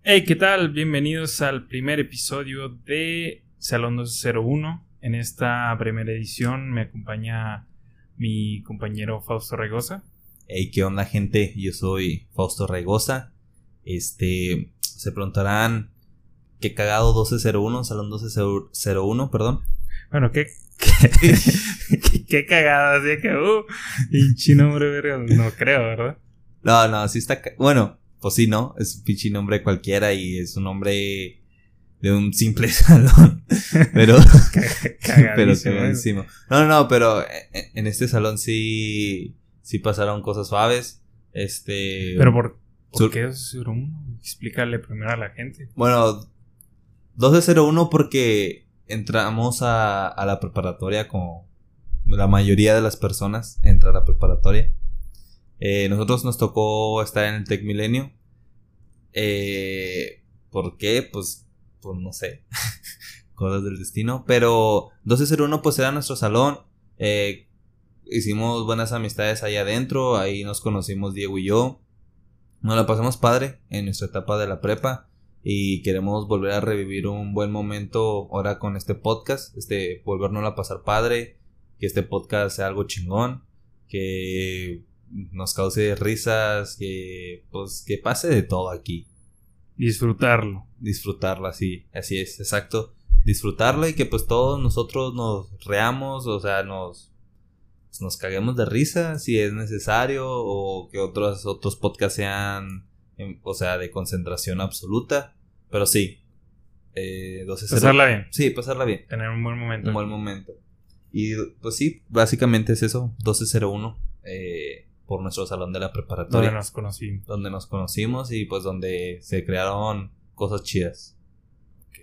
Hey, ¿qué tal? Bienvenidos al primer episodio de Salón 201. En esta primera edición me acompaña mi compañero Fausto Regosa. Hey, ¿qué onda, gente? Yo soy Fausto Regosa. Se preguntarán, ¿qué cagado 1201? Salón 1201, perdón. Bueno, qué cagada, así que pinche nombre, verga. No creo, ¿verdad? No, sí está. Bueno, pues sí, ¿no? Es un pinche nombre cualquiera y es un nombre de un simple salón. Pero cagadísimo. No, pero en este salón sí pasaron cosas suaves. Pero ¿por qué 201? Explícale primero a la gente. Bueno, 1201 porque entramos a la preparatoria como la mayoría de las personas entra a la preparatoria. Nosotros nos tocó estar en el Tec Milenio. ¿Por qué? Pues no sé. Cosas del destino. Pero 1201 pues era nuestro salón. Hicimos buenas amistades allá adentro. Ahí nos conocimos Diego y yo. Nos la pasamos padre en nuestra etapa de la prepa. Y queremos volver a revivir un buen momento ahora con este podcast. Volvernos a pasar padre. Que este podcast sea algo chingón. Que nos cause risas, que pase de todo aquí. Disfrutarlo, así es, exacto. Disfrutarlo y que pues todos nosotros nos reamos, o sea, nos caguemos de risa si es necesario, o que otros podcasts sean, o sea, de concentración absoluta, pero sí. Pasarla bien. Sí, pasarla bien. Tener un buen momento. Un buen momento. Y pues sí, básicamente es eso, 1201. Por nuestro salón de la preparatoria. Donde nos conocimos y pues donde se crearon cosas chidas. Okay.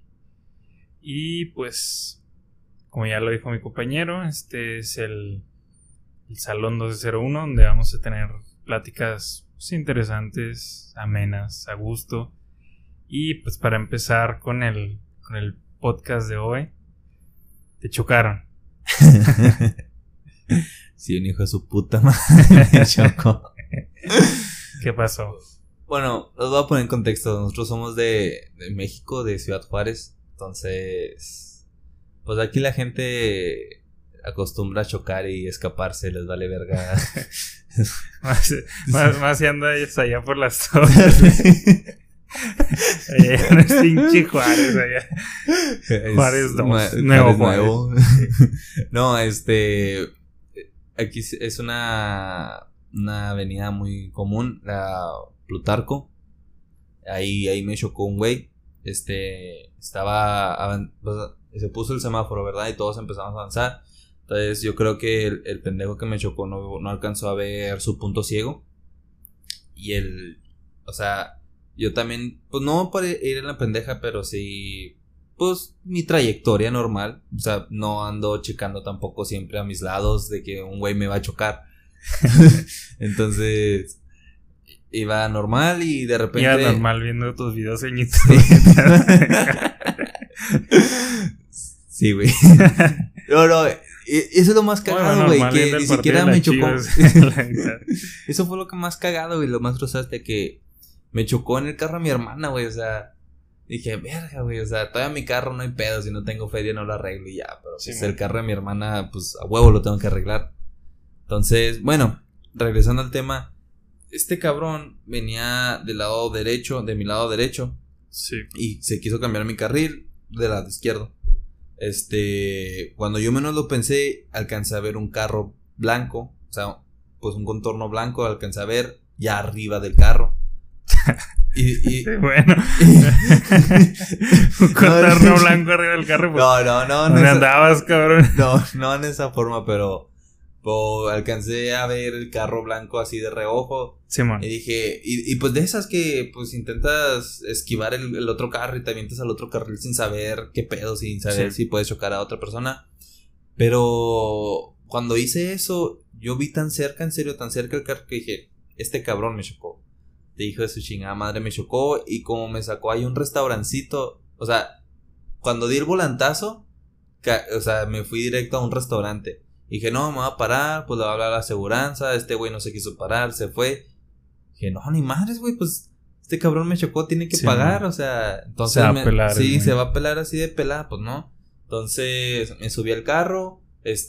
Y pues, como ya lo dijo mi compañero, este es el salón 1201, donde vamos a tener pláticas pues, interesantes, amenas, a gusto. Y pues para empezar con el podcast de hoy, te chocaron. Sí, un hijo de su puta madre me chocó. ¿Qué pasó? Bueno, los voy a poner en contexto. Nosotros somos de México, de Ciudad Juárez. Entonces, pues aquí la gente acostumbra a chocar y escaparse, les vale verga. más si anda allá por las torres. Allá no es pinche Juárez, allá. Juárez 2. Nuevo. No, aquí es una avenida muy común, la Plutarco. Ahí me chocó un güey. Se puso el semáforo, ¿verdad? Y todos empezamos a avanzar. Entonces yo creo que el pendejo que me chocó no alcanzó a ver su punto ciego. Y o sea, yo también, pues no por ir en la pendeja, pero sí, pues mi trayectoria normal. O sea, no ando checando tampoco siempre a mis lados de que un güey me va a chocar. Entonces iba normal y de repente iba normal viendo tus videos en YouTube. Sí, güey. No, eso es lo más cagado, güey, que ni siquiera me chocó. Eso fue lo que más cagado, güey. Lo más grosero de que me chocó en el carro a mi hermana, güey. O sea, dije, verga, güey, o sea, todavía mi carro no hay pedo, si no tengo feria no lo arreglo y ya, pero sí, pues el carro de mi hermana, pues a huevo lo tengo que arreglar. Entonces, bueno, regresando al tema, este cabrón venía del lado derecho, de mi lado derecho. Sí. Y se quiso cambiar mi carril del lado izquierdo. Cuando yo menos lo pensé, alcancé a ver un carro blanco, o sea, pues un contorno blanco, alcancé a ver ya arriba del carro. Sí, bueno. Un contorno blanco arriba del carro. Pues, no. ¿Dónde andabas, cabrón? No en esa forma, pero alcancé a ver el carro blanco así de reojo. Sí, man. Y dije, y pues de esas que pues intentas esquivar el otro carro y te avientas al otro carril sin saber qué pedo, sin saber si puedes chocar a otra persona. Pero cuando hice eso, yo vi tan cerca, en serio, tan cerca el carro que dije, este cabrón me chocó. Te hijo de su chingada madre me chocó. Y como me sacó ahí un restaurancito, o sea, cuando di el volantazo, o sea, me fui directo a un restaurante. Dije, no, me voy a parar, pues le voy a hablar a la aseguranza. Este güey no se quiso parar, se fue. Dije, no, ni madres, güey, pues este cabrón me chocó, tiene que pagar, o sea, entonces se va a pelar. Sí, se va a pelar así de pelada, pues no. Entonces me subí al carro,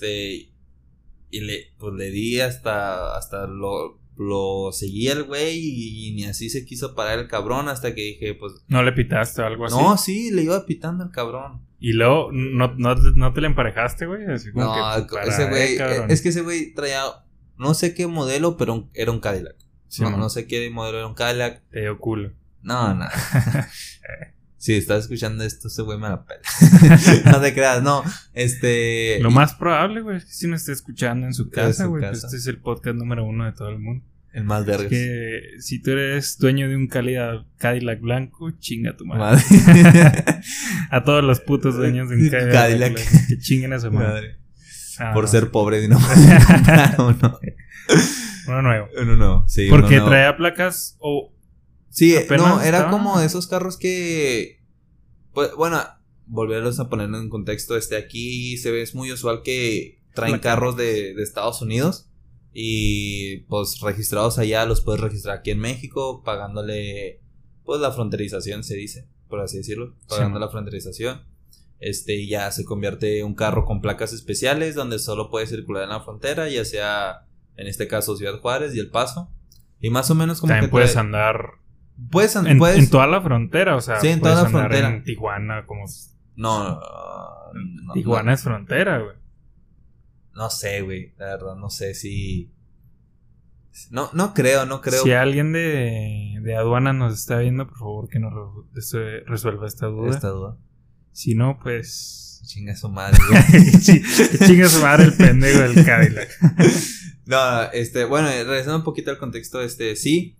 y le di hasta lo seguí al güey y ni así se quiso parar el cabrón hasta que dije, pues... ¿No le pitaste o algo así? No, sí, le iba pitando al cabrón. Y luego, ¿no te le emparejaste, güey? Así como no, que ese güey, es que ese güey traía, no sé qué modelo, pero era un Cadillac. Sí, no sé qué modelo era un Cadillac. Te dio culo. No. Si estás escuchando esto, ese güey me la pela. No te creas, no. Lo más probable, güey, es que si no esté escuchando en su casa, güey. Pues este es el podcast número 1 de todo el mundo. El más vergas. Es que si tú eres dueño de un Cadillac blanco, chinga tu madre. A todos los putos dueños de un Cadillac blanco, que chinguen a su madre. Por ser pobre y no comprar uno. Uno nuevo. Uno nuevo, sí. Porque traía placas o... Sí, no, era como de esos carros que... Pues, bueno, volverlos a poner en contexto, aquí se ve, es muy usual que traen carros de Estados Unidos y pues registrados allá, los puedes registrar aquí en México pagándole pues la fronterización, se dice, por así decirlo, pagando la fronterización. Y ya se convierte un carro con placas especiales donde solo puede circular en la frontera, ya sea en este caso Ciudad Juárez y El Paso. Y más o menos como también que puedes andar puedes en toda la frontera, o sea, sí, en toda la frontera. En Tijuana, como no, Tijuana es frontera, güey. No sé, güey, la verdad, no sé si... No creo. Si alguien de aduana nos está viendo, por favor, que nos resuelva esta duda. Si no, pues... Chinga su madre, güey. Chinga su madre el pendejo del Cadillac. No, bueno, regresando un poquito al contexto, sí,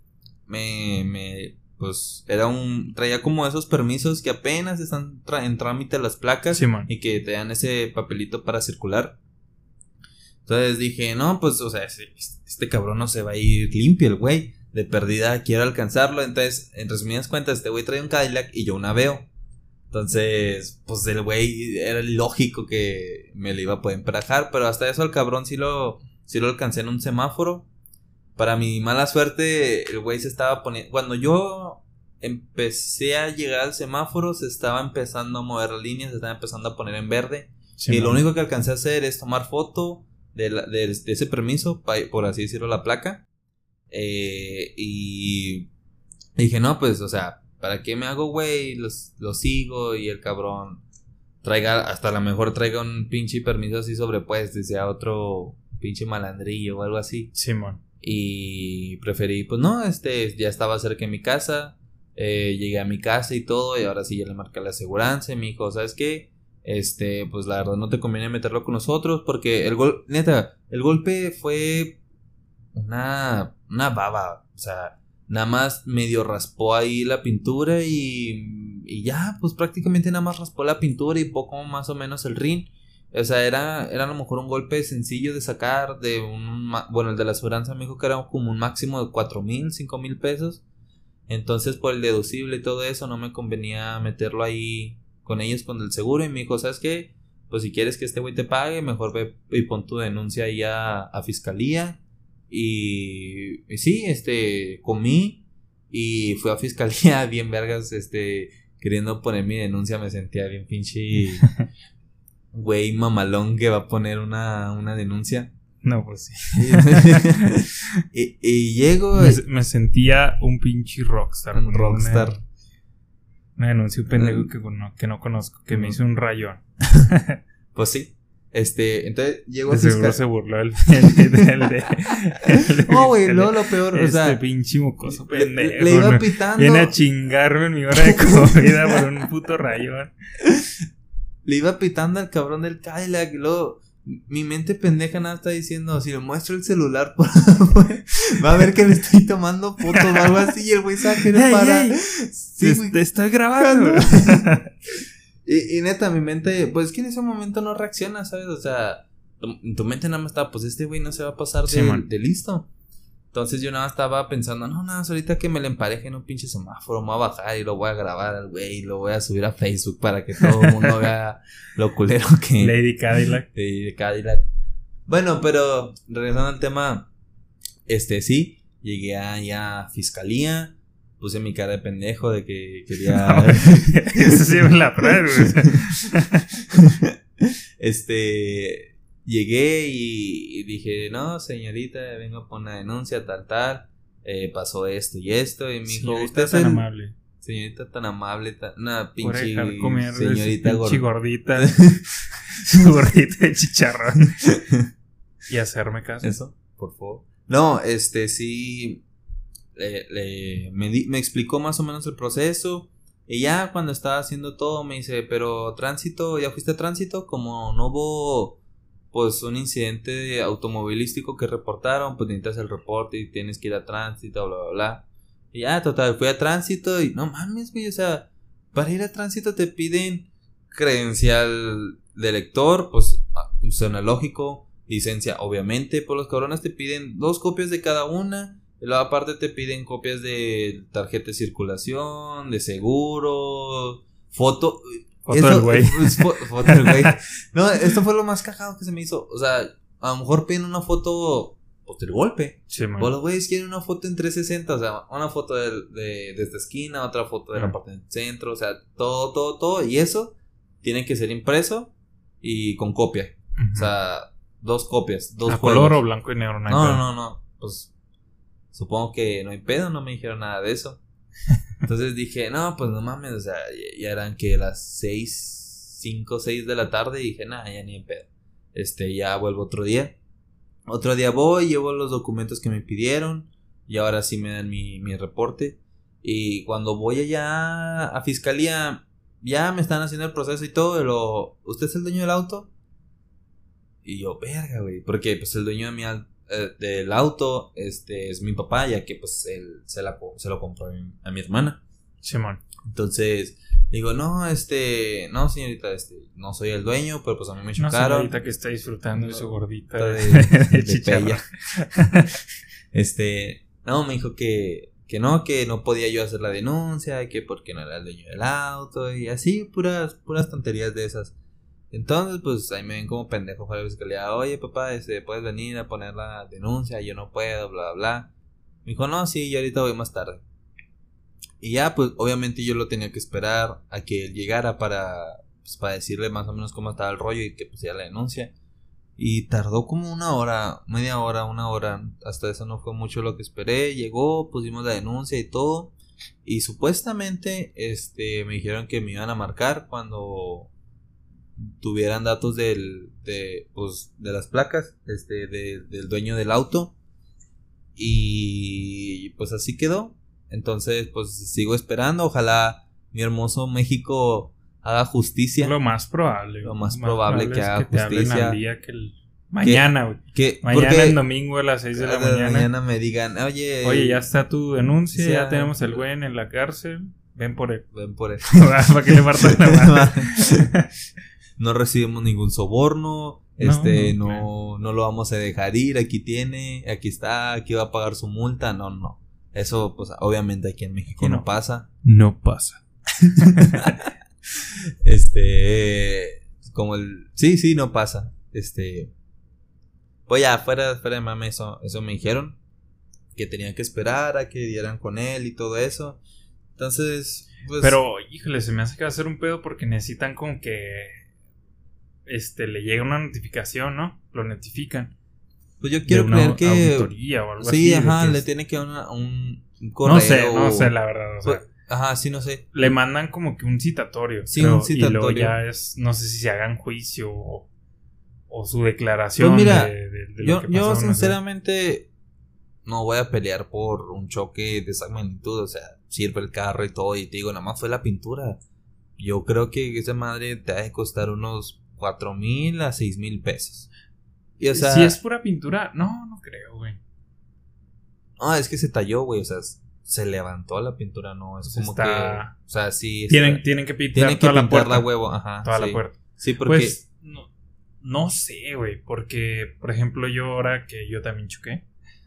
pues, traía como esos permisos que apenas están en trámite las placas, sí, y que te dan ese papelito para circular. Entonces dije, no, pues, o sea, este cabrón no se va a ir limpio, el güey, de perdida quiero alcanzarlo. Entonces, en resumidas cuentas, este güey trae un Cadillac y yo una Aveo. Entonces, pues el güey era lógico que me lo iba a poder emparejar, pero hasta eso el cabrón sí lo alcancé en un semáforo. Para mi mala suerte, el güey se estaba poniendo... Cuando yo empecé a llegar al semáforo, se estaba empezando a mover las líneas, se estaba empezando a poner en verde. Sí, y lo único que alcancé a hacer es tomar foto de ese permiso, por así decirlo, la placa. Y dije, no, pues, o sea, ¿para qué me hago güey? Lo sigo y el cabrón hasta a lo mejor traiga un pinche permiso así sobrepuesto y sea otro pinche malandrillo o algo así. Simón. Y preferí, pues no, ya estaba cerca de mi casa, llegué a mi casa y todo, y ahora sí ya le marqué la aseguranza y me dijo, ¿sabes qué? Pues la verdad no te conviene meterlo con nosotros porque el golpe fue una baba, o sea, nada más medio raspó ahí la pintura y ya, pues prácticamente nada más raspó la pintura y poco más o menos el rin. O sea, era a lo mejor un golpe sencillo de sacar bueno, el de la aseguranza me dijo que era como un máximo de 4,000, 5,000 pesos. Entonces por el deducible y todo eso no me convenía meterlo ahí con ellos, con el seguro. Y me dijo, ¿sabes qué? Pues si quieres que este güey te pague, mejor ve y pon tu denuncia ahí a fiscalía. Y sí, comí y fui a fiscalía bien vergas, queriendo poner mi denuncia. Me sentía bien pinche güey mamalón que va a poner una denuncia. No, pues sí. y llego. Me sentía un pinche rockstar. Un rockstar. Me denunció un pendejo que no conozco, que me hizo un rayón. Pues sí. Entonces llego a fiscal. Seguro se burló el no, güey, no, lo peor, o sea, pinche mocoso pendejo. Le iba pitando. Viene a chingarme en mi hora de comida por un puto rayón. Le iba pitando al cabrón del Cadillac y luego mi mente pendeja nada está diciendo, si le muestro el celular va a ver que le estoy tomando fotos o algo así y el güey sabe que no para. Sí, te estoy grabando. Y neta, mi mente, pues es que en ese momento no reacciona, ¿sabes? O sea, tu mente nada más estaba, pues este güey no se va a pasar de listo. Entonces yo nada más estaba pensando, no, ahorita que me le empareje en un pinche semáforo, me voy a bajar y lo voy a grabar al güey y lo voy a subir a Facebook para que todo el mundo vea lo culero que... Lady Cadillac. Lady Cadillac. Bueno, pero regresando al tema, sí, llegué allá a fiscalía puse mi cara de pendejo de que quería... Eso sí me la trae, güey. Llegué y dije, no, señorita, vengo por una denuncia, tal. Pasó esto y esto. Y me dijo, usted es tan amable. Señorita tan amable, una pinche señorita gordita. Gordita de chicharrón. Y hacerme caso. Eso, por favor. No, sí. Me explicó más o menos el proceso. Y ya cuando estaba haciendo todo me dice, pero tránsito, ¿ya fuiste a tránsito? Como no hubo pues un incidente automovilístico que reportaron, pues necesitas el reporte y tienes que ir a tránsito, bla, bla, bla. Y ya, total, fui a tránsito y no mames, güey, o sea, para ir a tránsito te piden credencial de lector, pues suena lógico, licencia, obviamente, pues los cabrones te piden 2 copias de cada una. Y luego aparte te piden copias de tarjeta de circulación, de seguro, foto del güey. Foto del güey. No, esto fue lo más cagado que se me hizo. O sea, a lo mejor piden una foto pues, del golpe. Sí, man. O los güeyes quieren una foto en 360. O sea, una foto de esta esquina, otra foto de la parte del centro. O sea, todo. Y eso tiene que ser impreso y con copia. O sea, 2 copias. 2 ¿A color o blanco y negro? No. Pues supongo que no hay pedo, no me dijeron nada de eso. Entonces dije, no, pues no mames, o sea, ya eran que las 5 o 6 de la tarde. Y dije, nada, ya ni en pedo. Ya vuelvo otro día. Otro día voy, llevo los documentos que me pidieron. Y ahora sí me dan mi reporte. Y cuando voy allá a fiscalía, ya me están haciendo el proceso y todo. ¿Usted es el dueño del auto? Y yo, verga, güey. Porque pues el dueño del auto es mi papá, ya que pues él se lo compró a mi hermana. Simón. Entonces digo, no, no señorita, no soy el dueño, pero pues a mí me chocaron. Una señorita que está disfrutando de su gordita de chicharrón. No, me dijo que no podía yo hacer la denuncia, que porque no era el dueño del auto y así, puras tonterías de esas. Entonces, pues ahí me ven como pendejo para la fiscalía. Oye, papá, puedes venir a poner la denuncia. Yo no puedo, bla, bla, bla. Me dijo, no, sí, yo ahorita voy más tarde. Y ya, pues, obviamente yo lo tenía que esperar a que él llegara para decirle más o menos cómo estaba el rollo y que pusiera la denuncia. Y tardó como 1 hora, media hora, 1 hora. Hasta eso no fue mucho lo que esperé. Llegó, pusimos la denuncia y todo. Y supuestamente, me dijeron que me iban a marcar cuando tuvieran datos de las placas del dueño del auto. Y pues así quedó. Entonces pues sigo esperando. Ojalá mi hermoso México haga justicia. Lo más probable que haga justicia. Te hablen al día mañana, güey. Mañana en domingo a las 6 de la mañana. Mañana me digan, oye, ya está tu denuncia, ya tenemos el güey en la cárcel. Ven por él. ¿Para qué le partan la madre? No recibimos ningún soborno. No lo vamos a dejar ir. Aquí está, aquí va a pagar su multa. No. Eso, pues, obviamente aquí en México no pasa. No pasa. Sí, no pasa. Pues ya, fuera de mame, eso me dijeron. Que tenían que esperar a que dieran con él y todo eso. Entonces, pues. Pero, híjole, se me hace que va a ser un pedo porque necesitan como que le llega una notificación, ¿no? Lo notifican. Pues yo quiero creer que auditoría o algo así. Sí, ajá, le tiene que dar un correo. No sé, la verdad, o sea, ajá, sí, no sé. Le mandan como que un citatorio. Sí, un citatorio. Y luego ya no sé si se hagan juicio o su declaración. Pues mira, de lo que pasó, yo sinceramente no voy a pelear por un choque de esa magnitud. O sea, sirve el carro y todo. Y te digo, nada más fue la pintura. Yo creo que esa madre te ha de costar unos 4,000 a 6,000 pesos. Y, o sea, si es pura pintura, no creo, güey. No, es que se talló, güey. O sea, se levantó la pintura, no. Es como que. O sea, sí. Tienen que pintar toda la puerta. La huevo, ajá. Toda la puerta. Sí, porque. Pues, no sé, güey. Porque, por ejemplo, yo ahora que yo también choqué.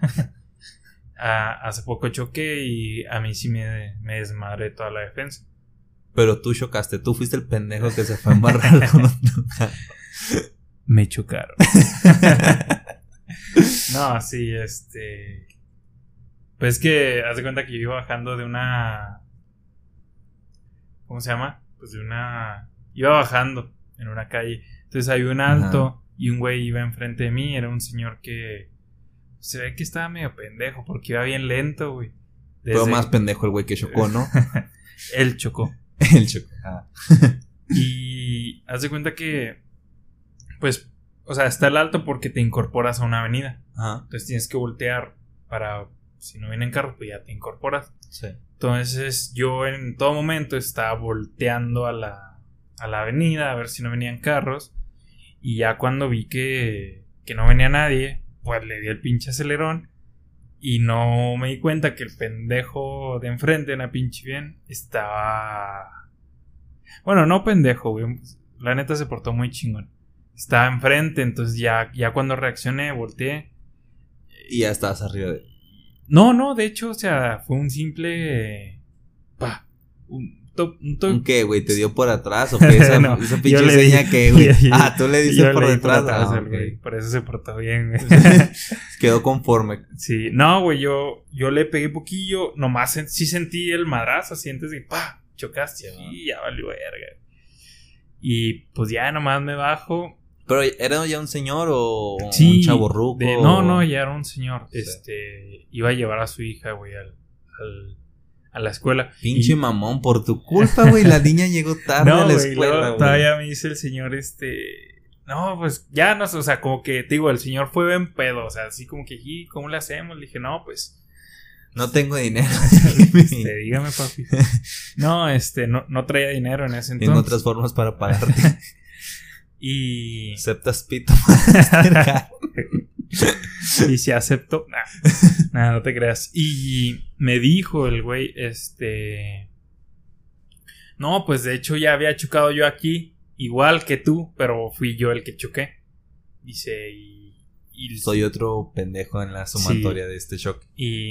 Hace poco choqué y a mí sí me desmadré toda la defensa. Pero tú chocaste, tú fuiste el pendejo que se fue a embarrar con otro carro. Me chocaron. No, sí, Pues es que haz de cuenta que yo iba bajando de una... ¿Cómo se llama? Pues de una... Iba bajando en una calle. Entonces había un alto. Ajá. Y un güey iba enfrente de mí. Era un señor que... Se ve que estaba medio pendejo porque iba bien lento, güey. Pero más pendejo el güey que chocó, ¿no? Él chocó. Él chocó. Ah. Y haz de cuenta que... Pues... O sea, está el alto porque te incorporas a una avenida. Ajá. Entonces tienes que voltear para... Si no vienen carros, pues ya te incorporas. Sí. Entonces yo en todo momento estaba volteando a la avenida a ver si no venían carros. Y ya cuando vi que no venía nadie, pues le di el pinche acelerón. Y no me di cuenta que el pendejo de enfrente, una pinche bien, estaba... Bueno, no pendejo, güey. La neta se portó muy chingón. Estaba enfrente, entonces ya cuando reaccioné, volteé. Y ya estabas arriba de... No, de hecho, o sea, fue un simple... ¿Un qué, güey? ¿Te dio por atrás o qué? Esa pinche seña que, güey. Tú le dices por detrás. Okay. Por eso se portó bien, güey. Quedó conforme. Sí, no, güey, yo le pegué poquillo. Nomás sí sentí el madrazo, sientes y chocaste. Y ya valió verga. Y pues ya nomás me bajo. ¿Pero era ya un señor o sí, un chavorruco? No, ya era un señor. Sí. Iba a llevar a su hija, güey, a la escuela. Pinche mamón, por tu culpa, güey, la niña llegó tarde a la escuela, güey. Todavía me dice el señor, no, pues ya no sé, o sea, como que, te digo, el señor fue bien pedo, o sea, así como que, ¿cómo le hacemos? Le dije, no, pues... No tengo dinero. Dígame, papi. No, no traía dinero en ese entonces. Tengo otras formas para pagarte. Y... ¿Aceptas pito? Y si acepto, no te creas. Y me dijo el güey, no, pues de hecho ya había chocado yo aquí, igual que tú, pero fui yo el que choqué. Dice, y soy otro pendejo en la sumatoria de este choque.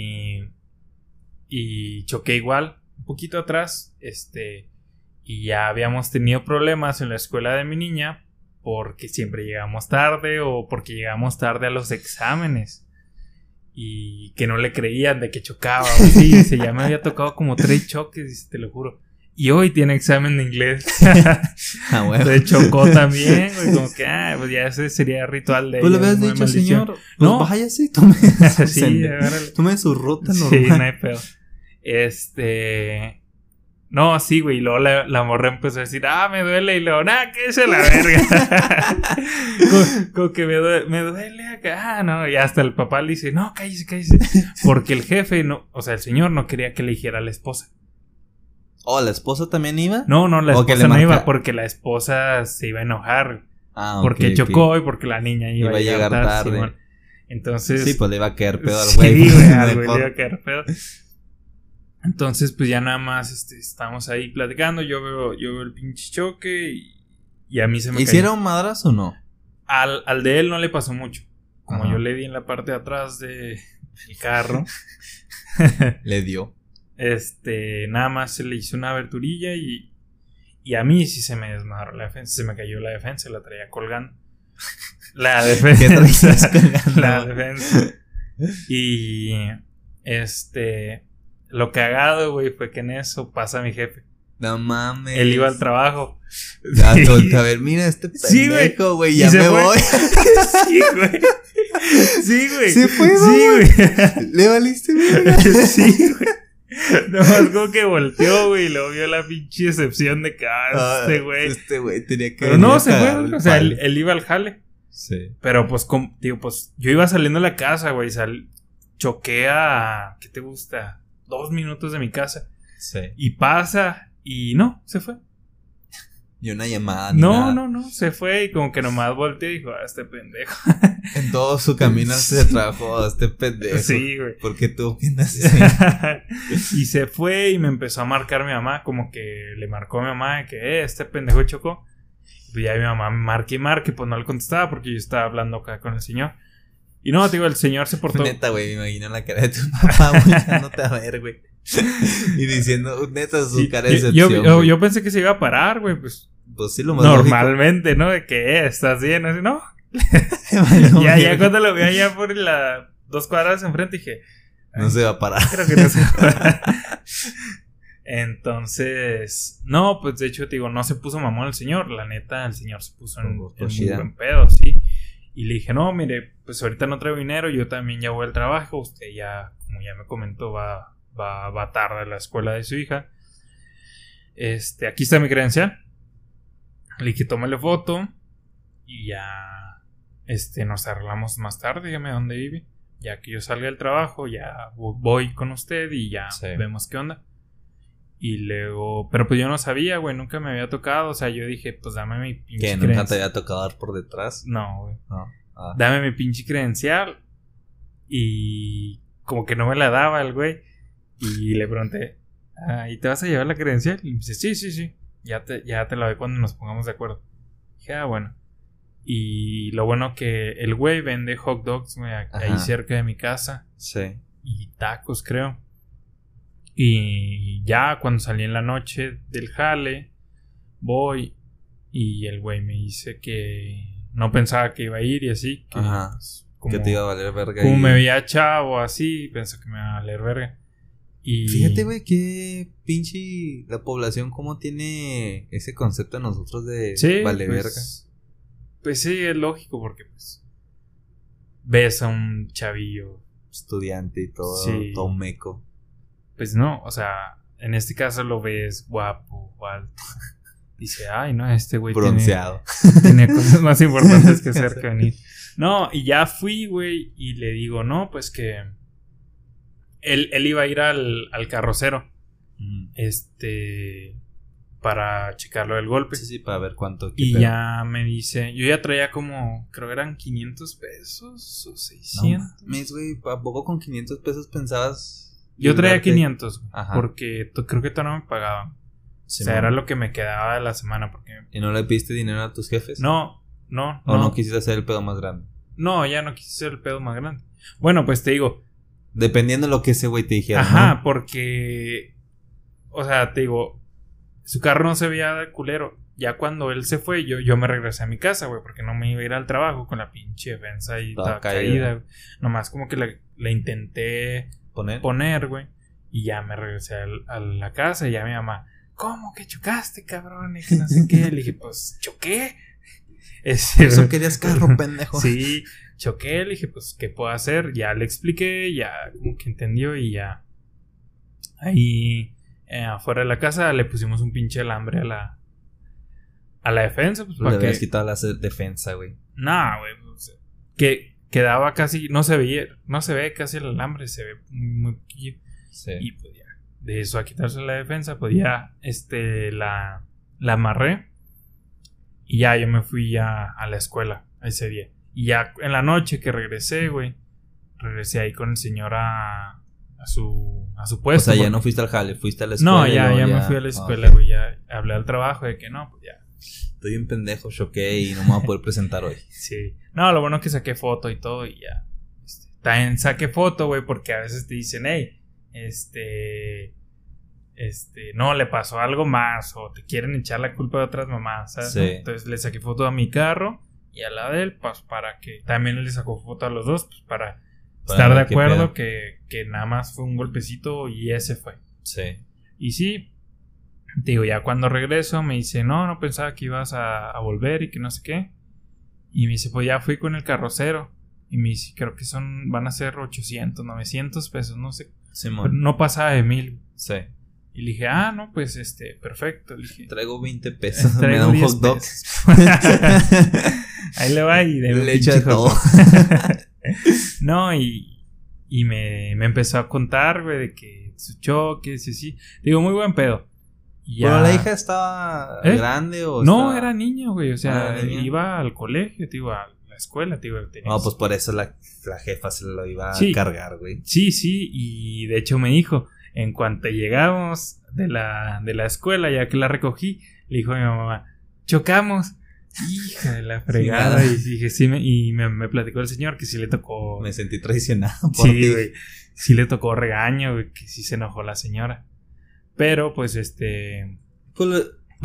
Y choqué igual, un poquito atrás, y ya habíamos tenido problemas en la escuela de mi niña. Porque siempre llegamos tarde o porque llegamos tarde a los exámenes. Y que no le creían de que chocaba. Sí, dice, ya me había tocado como 3 choques, dice, te lo juro. Y hoy tiene examen de inglés. Bueno. Se chocó también, güey, como que, pues ya ese sería ritual de... Pues le habías dicho, señor, pues no, váyase y tome tome su ruta normal. Sí, no hay pedo. No, sí, güey. Y luego la morra empezó a decir, me duele. Y luego, que es la verga. como que me duele acá. No, y hasta el papá le dice, no, cállese. Porque el jefe, o sea, el señor no quería que le dijera a la esposa. ¿Oh, la esposa también iba? No, la esposa no iba porque la esposa se iba a enojar. Porque chocó y porque la niña iba a llegar tarde. Simón. Entonces... Sí, pues le iba a quedar pedo al güey. Sí, güey, al güey le iba a quedar pedo. Entonces, pues ya nada más estamos ahí platicando. Yo veo el pinche choque y a mí se me cayó. ¿Hicieron madras o no? Al de él no le pasó mucho. Como Ajá. Yo le di en la parte de atrás del carro. Le dio. Nada más se le hizo una aberturilla y a mí sí se me desmadró la defensa. Se me cayó la defensa, la traía colgando. La defensa. ¿Qué traías colgando? La defensa. Y lo cagado, güey, fue que en eso pasa mi jefe. No mames. Él iba al trabajo. A ver, mira este pendejo, güey, ya me voy. Sí, güey. Se fue, güey. ¿Le valiste, güey? Sí, güey. Nomás como que volteó, güey, y luego vio la pinche excepción de que, güey. Este güey tenía que... Pero no, se fue, o sea, él iba al jale. Sí. Pero pues, pues, yo iba saliendo de la casa, güey, choqué a... ¿Qué te gusta? 2 minutos de mi casa. Sí. Y pasa y no, se fue. Y una llamada. No, se fue y como que nomás volteó y dijo, este pendejo. En todo su camino se trajo este pendejo. Sí, güey. Porque tú que naces. Y se fue y me empezó a marcar mi mamá, como que le marcó a mi mamá que este pendejo chocó. Y pues ya mi mamá marque y marque, pues no le contestaba porque yo estaba hablando acá con el señor. Y no, te digo, el señor se portó... Neta, güey, me imagino la cara de tu papá volteándote a ver, güey. Y diciendo, neta, su cara de decepción. Yo pensé que se iba a parar, güey, pues sí, lo más normalmente, ¿no? De que estás bien, así, ¿no? Ya cuando lo vi allá por las 2 cuadras enfrente dije, No se va a parar. Creo que no se va a parar. Entonces, no, pues de hecho, te digo, no se puso mamón el señor. La neta, el señor se puso en muy buen pedo, sí. Y le dije, no, mire, pues ahorita no traigo dinero, yo también ya voy al trabajo. Usted ya, como ya me comentó, va tarde a la escuela de su hija. Aquí está mi credencial. Le dije, tómale foto. Y ya, nos arreglamos más tarde, dígame dónde vive. Ya que yo salga del trabajo, ya voy con usted y ya vemos qué onda. Y luego, pero pues yo no sabía, güey, nunca me había tocado. O sea, yo dije, pues dame mi pinche credencial. ¿Que nunca te había tocado dar por detrás? No, güey. Dame mi pinche credencial. Y como que no me la daba el güey. Y le pregunté, ¿y te vas a llevar la credencial? Y me dice, sí. Ya te la doy cuando nos pongamos de acuerdo. Dije, bueno. Y lo bueno que el güey vende hot dogs, güey, ahí cerca de mi casa. Sí. Y tacos, creo. Y ya cuando salí en la noche del jale, voy y el güey me dice que no pensaba que iba a ir y así. Que, pues, que te iba a valer verga. Como me veía chavo así, pensé que me iba a valer verga. Y fíjate, güey, que pinche la población cómo tiene ese concepto de nosotros de vale verga. Pues sí, es lógico porque pues ves a un chavillo estudiante y todo, todo meco. Pues no, o sea, en este caso lo ves guapo o alto. Dice, ay, no, este güey bronceado. Tiene cosas más importantes que hacer que venir. No, y ya fui, güey, y le digo, no, pues que él iba a ir al carrocero. Para checarlo del golpe. Sí, para ver cuánto. Y ya me dice, yo ya traía como, creo que eran 500 pesos o 600. No, güey, ¿a poco con 500 pesos pensabas? Yo traía 500, porque creo que todavía no me pagaban. Sí, o sea, era lo que me quedaba de la semana. Porque... ¿Y no le pediste dinero a tus jefes? No. ¿O no quisiste hacer el pedo más grande? No, ya no quise hacer el pedo más grande. Bueno, pues te digo. Dependiendo de lo que ese güey te dijera. Ajá, porque... O sea, te digo... Su carro no se veía de culero. Ya cuando él se fue, yo me regresé a mi casa, güey, porque no me iba a ir al trabajo con la pinche defensa ahí toda caída. Nomás como que la intenté poner, güey. Y ya me regresé a la casa y ya mi mamá, ¿cómo que chocaste, cabrón? Y que no sé qué. Le dije, pues, ¿choqué? Eso querías carro, pendejo. Sí, choqué. Le dije, pues, ¿qué puedo hacer? Ya le expliqué, ya como que entendió y ya. Ahí... afuera de la casa le pusimos un pinche alambre a la defensa. Pues, le habías quitado la defensa, güey. No, güey. Pues, que quedaba casi... No se ve casi el alambre. Se ve muy poquillo. Sí. Y pues ya. De eso a quitarse la defensa, pues ya la amarré. Y ya yo me fui ya a la escuela ese día. Y ya en la noche que regresé, güey. Regresé ahí con el señor a su puesto. O sea, ya no fuiste al jale, fuiste a la escuela. No, ya me fui a la escuela, güey. Ya hablé al trabajo de que no, pues ya. Estoy un pendejo, choqué y no me voy a poder presentar hoy. Sí. No, lo bueno es que saqué foto y todo y ya. También saqué foto, güey, porque a veces te dicen, hey, no, le pasó algo más o te quieren echar la culpa de otras mamás, ¿sabes? Sí. ¿No? Entonces le saqué foto a mi carro y a la de él, pues para que también le sacó foto a los dos, pues para estar de acuerdo que nada más fue un golpecito y ese fue. Sí. Y sí, te digo, ya cuando regreso me dice, no pensaba que ibas a volver y que no sé qué. Y me dice, pues ya fui con el carrocero. Y me dice, creo que van a ser 800, 900 pesos, no sé. No pasaba de 1000. Sí. Y le dije, no, pues perfecto. Le dije, traigo 20 pesos. Traigo me da un hot dog. Ahí le va y le echa todo. No, y me empezó a contar, güey, de que su choque, sí. Digo, muy buen pedo. Ya... ¿Pero la hija estaba grande o no, era niña, güey. O sea, iba al colegio, tío, a la escuela, tío. No, pues por eso la jefa se lo iba a cargar, güey. Sí, y de hecho me dijo, en cuanto llegamos de la escuela, ya que la recogí, le dijo a mi mamá, chocamos. Hija de la fregada. Y dije, sí, y me platicó el señor que sí le tocó. Me sentí traicionado por ti. Güey. Sí le tocó regaño, güey, que sí se enojó la señora. Pero pues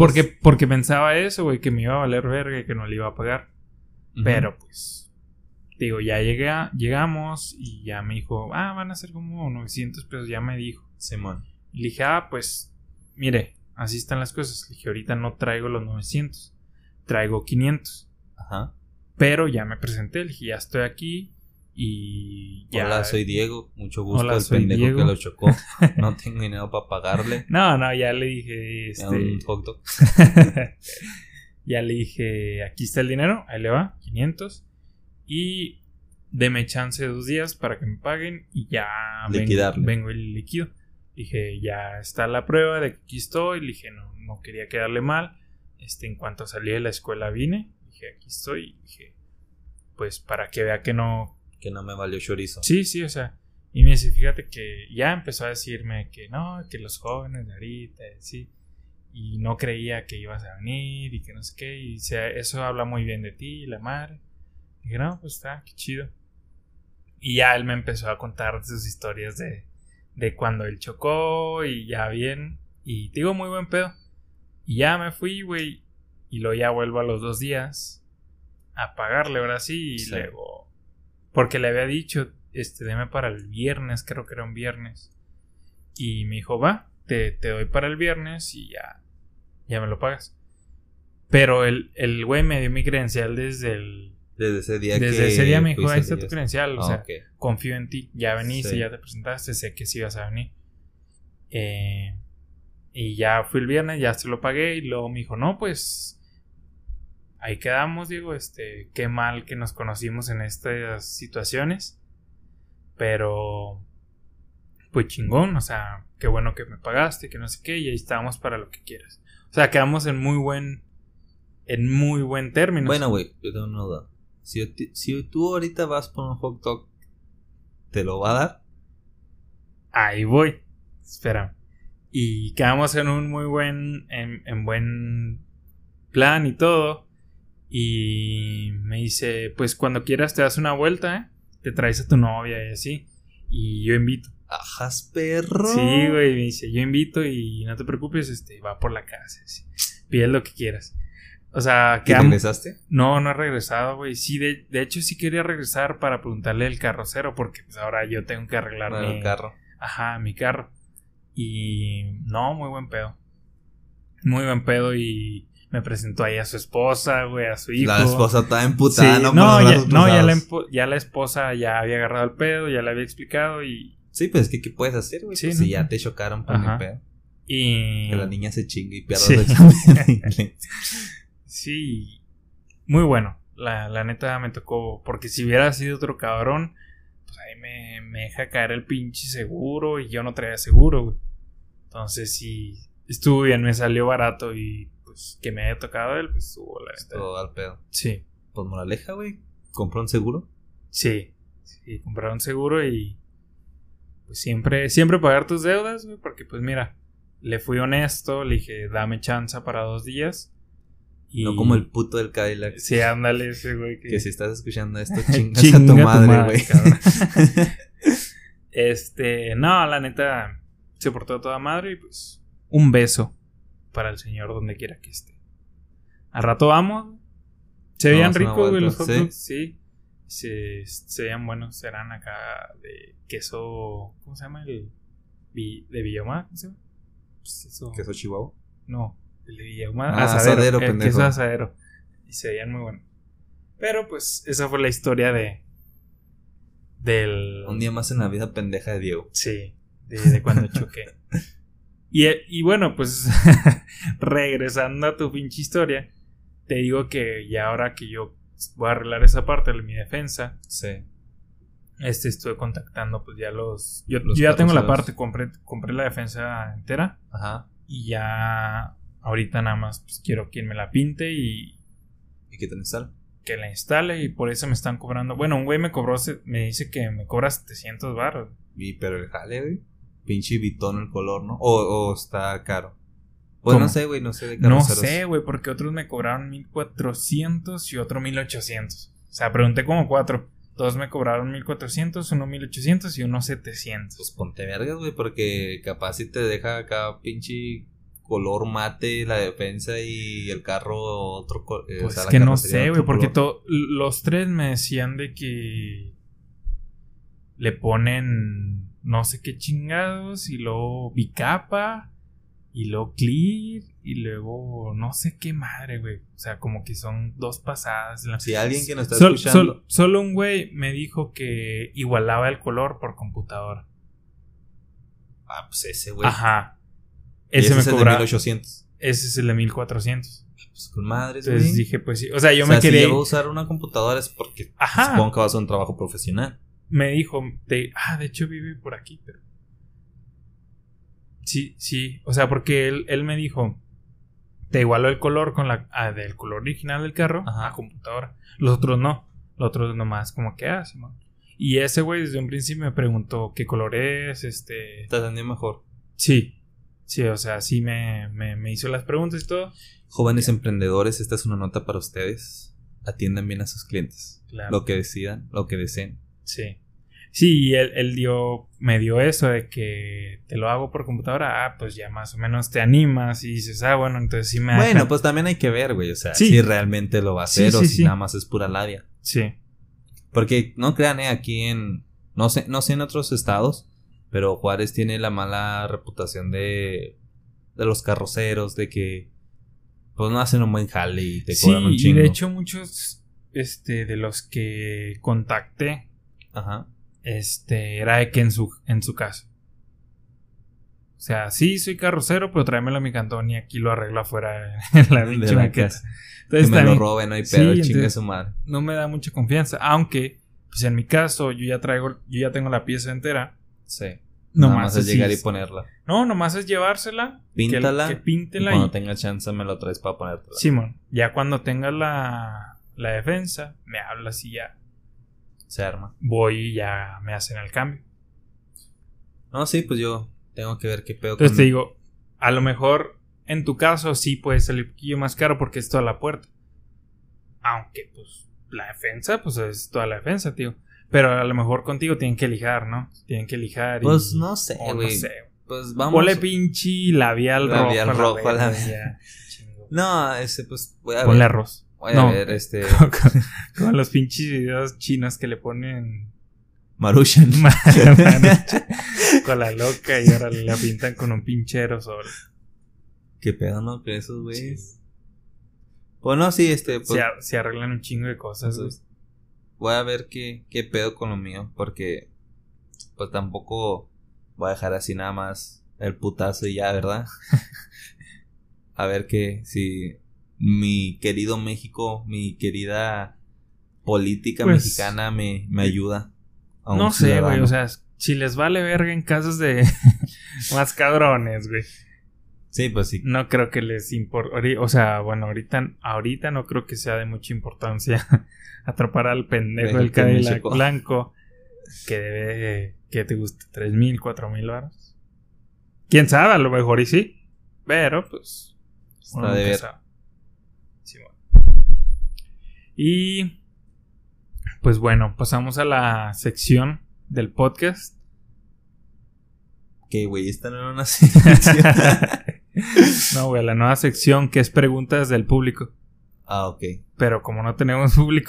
porque pensaba eso, güey, que me iba a valer verga y que no le iba a pagar. Pero pues Digo, ya llegamos y ya me dijo, van a ser como 900 pesos, ya me dijo. Simón. Y le dije, pues, mire, así están las cosas. Le dije, ahorita no traigo los 900, traigo 500. Ajá. Pero ya me presenté, le dije, ya estoy aquí y ya. Hola, soy Diego, mucho gusto. Hola, el soy pendejo Diego. que lo chocó. No tengo dinero para pagarle. No, ya le dije, Un hot dog. ya le dije, aquí está el dinero, ahí le va, 500. Y deme chance de 2 días para que me paguen y ya vengo el líquido. Dije, ya está la prueba de que aquí estoy. Le dije, no quería quedarle mal. En cuanto salí de la escuela vine. Dije, aquí estoy. Dije, pues para que vea que no... Que no me valió chorizo. Sí, o sea. Y me dice, fíjate que ya empezó a decirme que no, que los jóvenes de ahorita, sí. Y no creía que ibas a venir y que no sé qué. Y dice, eso habla muy bien de ti, la madre. Dije, no, pues está, qué chido. Y ya él me empezó a contar sus historias de cuando él chocó y ya bien. Y digo, muy buen pedo. Y ya me fui, güey. Y luego ya vuelvo a los 2 días a pagarle, ahora sí. Y luego, porque le había dicho, deme para el viernes, creo que era un viernes. Y me dijo, va, te doy para el viernes y ya me lo pagas. Pero el güey me dio mi credencial desde ese día me dijo, ahí está tu credencial, o sea, okay. Confío en ti, ya veniste, ya te presentaste, sé que sí ibas a venir. Y ya fui el viernes, ya se lo pagué y luego me dijo, no, pues ahí quedamos, Diego, qué mal que nos conocimos en estas situaciones, pero pues chingón, o sea, qué bueno que me pagaste, que no sé qué, y ahí estábamos para lo que quieras. O sea, quedamos en muy buen término. Bueno, güey, yo tengo una duda. Si tú ahorita vas por un hot dog, ¿te lo va a dar? Ahí voy. Espera. Y quedamos en un muy en buen plan y todo. Y me dice, pues cuando quieras te das una vuelta, te traes a tu novia y así. Y yo invito. Ajas, perro. Sí, güey, me dice, yo invito y no te preocupes, va por la casa. Así. Pides lo que quieras. O sea, ¿y regresaste? No he regresado, güey. Sí, de hecho sí quería regresar para preguntarle al carrocero, porque pues ahora yo tengo que arreglar mi carro. Ajá, mi carro. Y no, muy buen pedo. Muy buen pedo y me presentó ahí a su esposa, güey, a su hijo. La esposa estaba emputada, sí, ya la esposa ya había agarrado el pedo, ya le había explicado y... Sí, pues ¿qué puedes hacer, güey? Sí, pues, si ya te chocaron por mi pedo. Y... Que la niña se chingue y pierda el examen de inglés. Sí, muy bueno. La neta me tocó. Porque si hubiera sido otro cabrón, pues ahí me deja caer el pinche seguro. Y yo no traía seguro, güey. Entonces sí, estuvo bien, me salió barato. Y pues que me haya tocado él, pues estuvo la neta. Todo al pedo. Sí. Pues moraleja, güey. ¿Compró un seguro? Sí, compraron un seguro y pues siempre pagar tus deudas, güey. Porque pues mira, le fui honesto, le dije, dame chance para 2 días. Y... No como el puto del Cadillac. Sí, ándale ese güey. Que si estás escuchando esto, chingas a tu madre, güey. No, la neta, se portó a toda madre y pues un beso para el señor donde quiera que esté. Al rato vamos. Se veían ricos, güey, los hot dogs. Sí. Se veían buenos. Serán acá de queso. ¿Cómo se llama? De Villahumada, ¿cómo se llama? Pues eso. ¿Queso chihuahua? No. El de Villahumada, asadero, pendejo. Queso asadero. Y se veían muy buenos. Pero pues esa fue la historia del... Un día más en la vida pendeja de Diego. Sí, de cuando choqué. Y bueno, pues regresando a tu pinche historia, te digo que ya ahora que yo voy a arreglar esa parte de mi defensa, sí. Estuve contactando pues ya los... Yo ya tengo la parte, compré la defensa entera. Ajá. Y ya... Ahorita nada más pues quiero quien me la pinte y que te la instale. Que la instale y por eso me están cobrando. Bueno, un güey me dice que me cobra 700 baros. Pero el jale, güey. Pinche bitón el color, ¿no? O está caro. Pues no sé, güey, no sé de carroceros. No sé, güey, porque otros me cobraron 1400 y otro 1800. O sea, pregunté como 4. 2 me cobraron 1400, uno 1800 y uno 700. Pues ponte vergas, güey, porque capaz si te deja acá pinche color mate la defensa y el carro otro pues o sea, es la que no carrocería sé, otro güey, porque color. los tres me decían de que le ponen no sé qué chingados y luego bicapa y luego clear y luego no sé qué madre, güey. O sea, como que son dos pasadas. Si alguien que nos está escuchando... Solo un güey me dijo que igualaba el color por computadora. Ah, pues ese, güey. Ajá. Y ese es el de 1800. Ese es el de 1400. Pues con madres, Entonces güey. dije, pues sí. O sea, yo o sea, me quería... si ya va a usar una computadora es porque supongo que va a hacer un trabajo profesional. Me dijo, de hecho vive por aquí, pero... Sí. O sea, porque él me dijo, te igualó el color con del color original del carro a computadora. Los otros no. Los otros nomás como que hace, man. Y ese güey desde un principio me preguntó qué color es, ¿Te atendí mejor? Sí, o sea, sí me hizo las preguntas y todo. Jóvenes emprendedores, esta es una nota para ustedes. Atiendan bien a sus clientes. Claro. Lo que decidan, lo que deseen. Sí. Sí, y él me dio eso de que te lo hago por computadora. Pues ya más o menos te animas y dices, bueno, entonces sí me dejan. Bueno, pues también hay que ver, güey, o sea, sí. si realmente lo va a hacer o si nada más es pura labia. Sí. Porque no crean, aquí no sé en otros estados, pero Juárez tiene la mala reputación de los carroceros, de que pues no hacen un buen jale y te cobran un chingo. Y de hecho muchos de los que contacté, era de que en su caso. O sea, sí, soy carrocero, pero tráemelo a mi cantón y aquí lo arreglo afuera en la pinche banqueta. Entonces, que me lo roben, no hay pedo, chingue su madre. No me da mucha confianza. Aunque, pues en mi caso, yo ya tengo la pieza entera. Sí. Nomás es llegar y ponerla. No, nomás es llevársela. Píntala. Que píntela. Y cuando tenga chance me lo traes para ponértela. Simón, ya cuando tengas la defensa, me hablas y ya. Se arma. Voy y ya me hacen el cambio. No, sí, pues yo tengo que ver qué pedo. Entonces te digo, a lo mejor en tu caso sí puede salir un poquillo más caro porque es toda la puerta. Aunque pues la defensa, pues es toda la defensa, tío. Pero a lo mejor contigo tienen que lijar, ¿no? Tienen que lijar. Pues no sé, güey. No sé. Pues vamos. Ponle pinche labial rojo a la vez. No, pues voy a ver. Ponle arroz. Voy a ver con los pinches videos chinos que le ponen Maruchan. Con la loca y ahora la pintan con un pinchero sobre. ¿Qué pedo, no? Que esos güeyes. Sí. Pues no, sí, pues, se arreglan un chingo de cosas, güey. Voy a ver qué pedo con lo mío. Porque pues tampoco voy a dejar así nada más el putazo y ya, ¿verdad? A ver si mi querido México, mi querida política mexicana me ayuda. No sé, güey, o sea, si les vale verga en casos de más cabrones, güey. Sí, pues sí. No creo que les importe. O sea, bueno, ahorita no creo que sea de mucha importancia atrapar al pendejo del Cadillac blanco que debe, que te guste, 3,000, 4,000 varos. Quién sabe, a lo mejor y sí. Pero, pues, está de ver. Sí, bueno. Y pues bueno, pasamos a la sección del podcast. Que güey, esta no era una sección. No, güey, la nueva sección que es preguntas del público. Ah, ok. Pero como no tenemos público,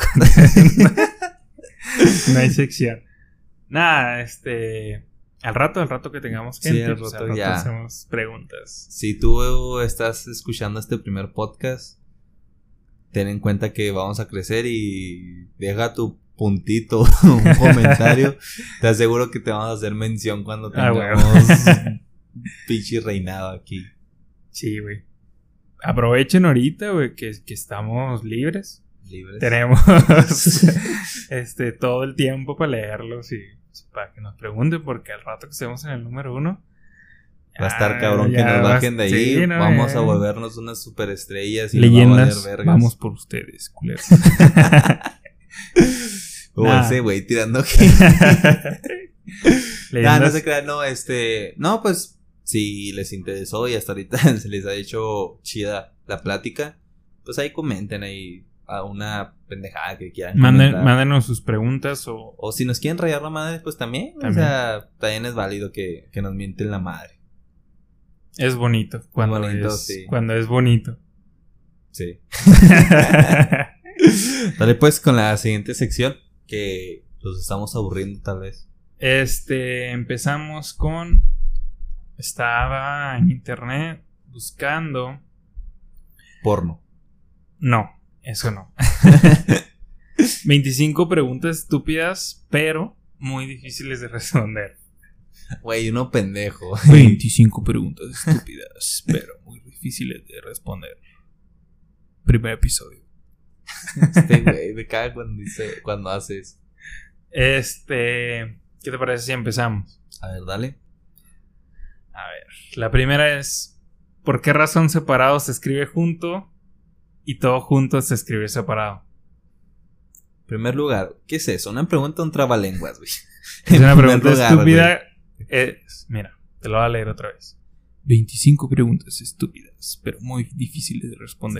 no hay sección. Nada, al rato que tengamos gente, sí, pues al rato ya hacemos preguntas. Si tú estás escuchando este primer podcast, ten en cuenta que vamos a crecer y deja tu puntito, un comentario. Te aseguro que te vamos a hacer mención cuando tengamos pinche reinado aquí. Sí, güey. Aprovechen ahorita, güey, que estamos libres. Tenemos todo el tiempo para leerlos y para que nos pregunten, porque al rato que estemos en el número 1 va a estar cabrón que nos bajen de ahí. Sí, no, vamos a volvernos unas superestrellas y leyendas, nos va a valer vergas. Vamos por ustedes, culeros. Ese güey tirando no se crean, no, pues si les interesó y hasta ahorita se les ha hecho chida la plática, pues ahí comenten ahí a una pendejada que quieran. Mándenos sus preguntas o si nos quieren rayar la madre, pues también. O sea, también es válido que nos mienten la madre. Es bonito cuando Bonito, es sí. cuando es bonito. Sí. Dale pues con la siguiente sección, que los estamos aburriendo tal vez. Empezamos con... Estaba en internet buscando... Porno. No, eso no. 25 preguntas estúpidas, pero muy difíciles de responder. Güey, uno pendejo. 25 preguntas estúpidas, pero muy difíciles de responder. Primer episodio. Este güey me caga cuando haces. ¿Qué te parece si empezamos? A ver, dale. A ver, la primera es: ¿por qué razón separado se escribe junto y todo junto se escribe separado? En primer lugar, ¿qué es eso? Una pregunta, un trabalenguas, güey. Es una En primer pregunta lugar, estúpida. Mira, te lo voy a leer otra vez. 25 preguntas estúpidas, pero muy difíciles de responder.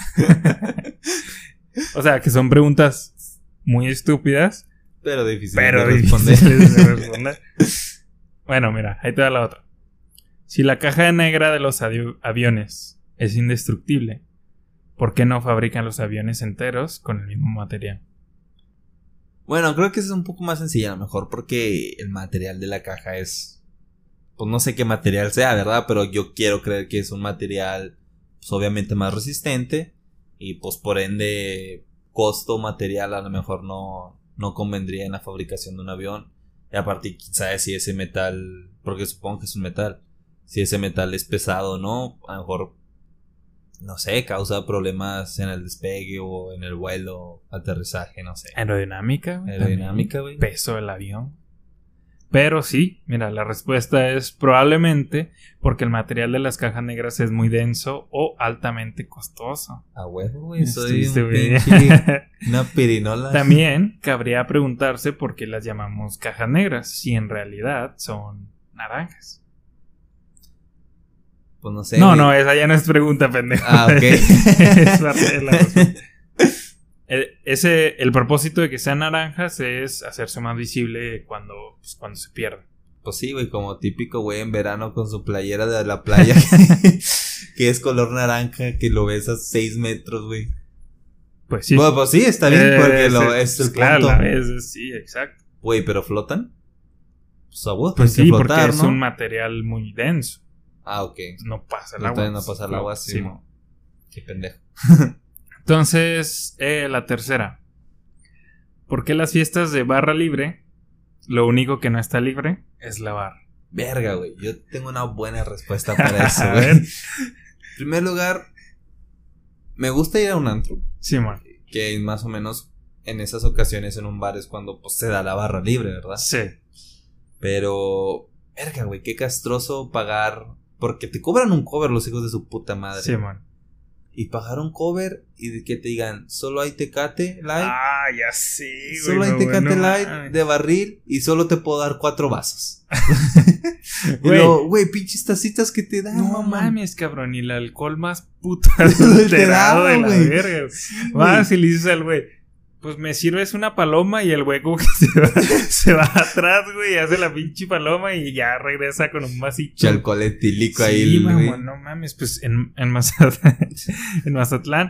O sea, que son preguntas muy estúpidas, pero difícil pero de responder. difíciles de responder. Bueno, mira, ahí te da la otra. Si la caja negra de los aviones es indestructible, ¿por qué no fabrican los aviones enteros con el mismo material? Bueno, creo que esa es un poco más sencilla, a lo mejor, porque el material de la caja es... Pues no sé qué material sea, ¿verdad? Pero yo quiero creer que es un material, pues obviamente más resistente. Y pues por ende, costo material a lo mejor no convendría en la fabricación de un avión. Y aparte, quién sabe si ese metal, porque supongo que es un metal, si ese metal es pesado o no, a lo mejor, no sé, causa problemas en el despegue o en el vuelo, aterrizaje, no sé. Aerodinámica, güey. Aerodinámica, güey. Peso del avión. Pero sí, mira, la respuesta es probablemente porque el material de las cajas negras es muy denso o altamente costoso. A huevo, güey, soy Estuviste un bien. pinche, una pirinola. También cabría preguntarse por qué las llamamos cajas negras si en realidad son naranjas. Pues no sé. No, esa ya no es pregunta, pendejo. Ah, ok. Es parte de la respuesta. El propósito de que sean naranjas es hacerse más visible cuando se pierde. Pues sí, güey, como típico güey en verano con su playera de la playa que es color naranja, que lo ves a 6 metros, güey. Pues sí. Bueno, pues sí, está bien, porque es el claro, punto. la ves, sí, exacto. Güey, ¿pero flotan? Pues a vos Pues tienen sí, que flotar, porque es ¿no? un material muy denso. Ah, ok. No pasa el No, agua. no pasa el agua, sí. Sí. Qué pendejo. Entonces, la tercera. ¿Por qué las fiestas de barra libre, lo único que no está libre es la barra? Verga, güey, yo tengo una buena respuesta para eso, A güey. ver. En primer lugar, me gusta ir a un antro. Sí, man. Que más o menos en esas ocasiones en un bar es cuando pues se da la barra libre, ¿verdad? Sí. Pero, verga, güey, qué castroso pagar. Porque te cobran un cover los hijos de su puta madre. Sí, man. Y pagar un cover y que te digan, solo hay Tecate Light. Ah, ya sí, güey. Solo hay no, Tecate no Light mames. de barril y solo te puedo dar 4 vasos. Y Güey. luego, güey, pinches tacitas que te dan. No mamá. mames, cabrón. Y el alcohol más puto adulterado de la güey. verga. Sí, Vas y le dices al güey, pues me sirves una paloma, y el güey como que se va atrás, güey, y hace la pinche paloma y ya regresa con un vasito. Chalcohol etílico ahí. Sí, güey. mamón, no mames. Pues en Mazatlán, en Mazatlán,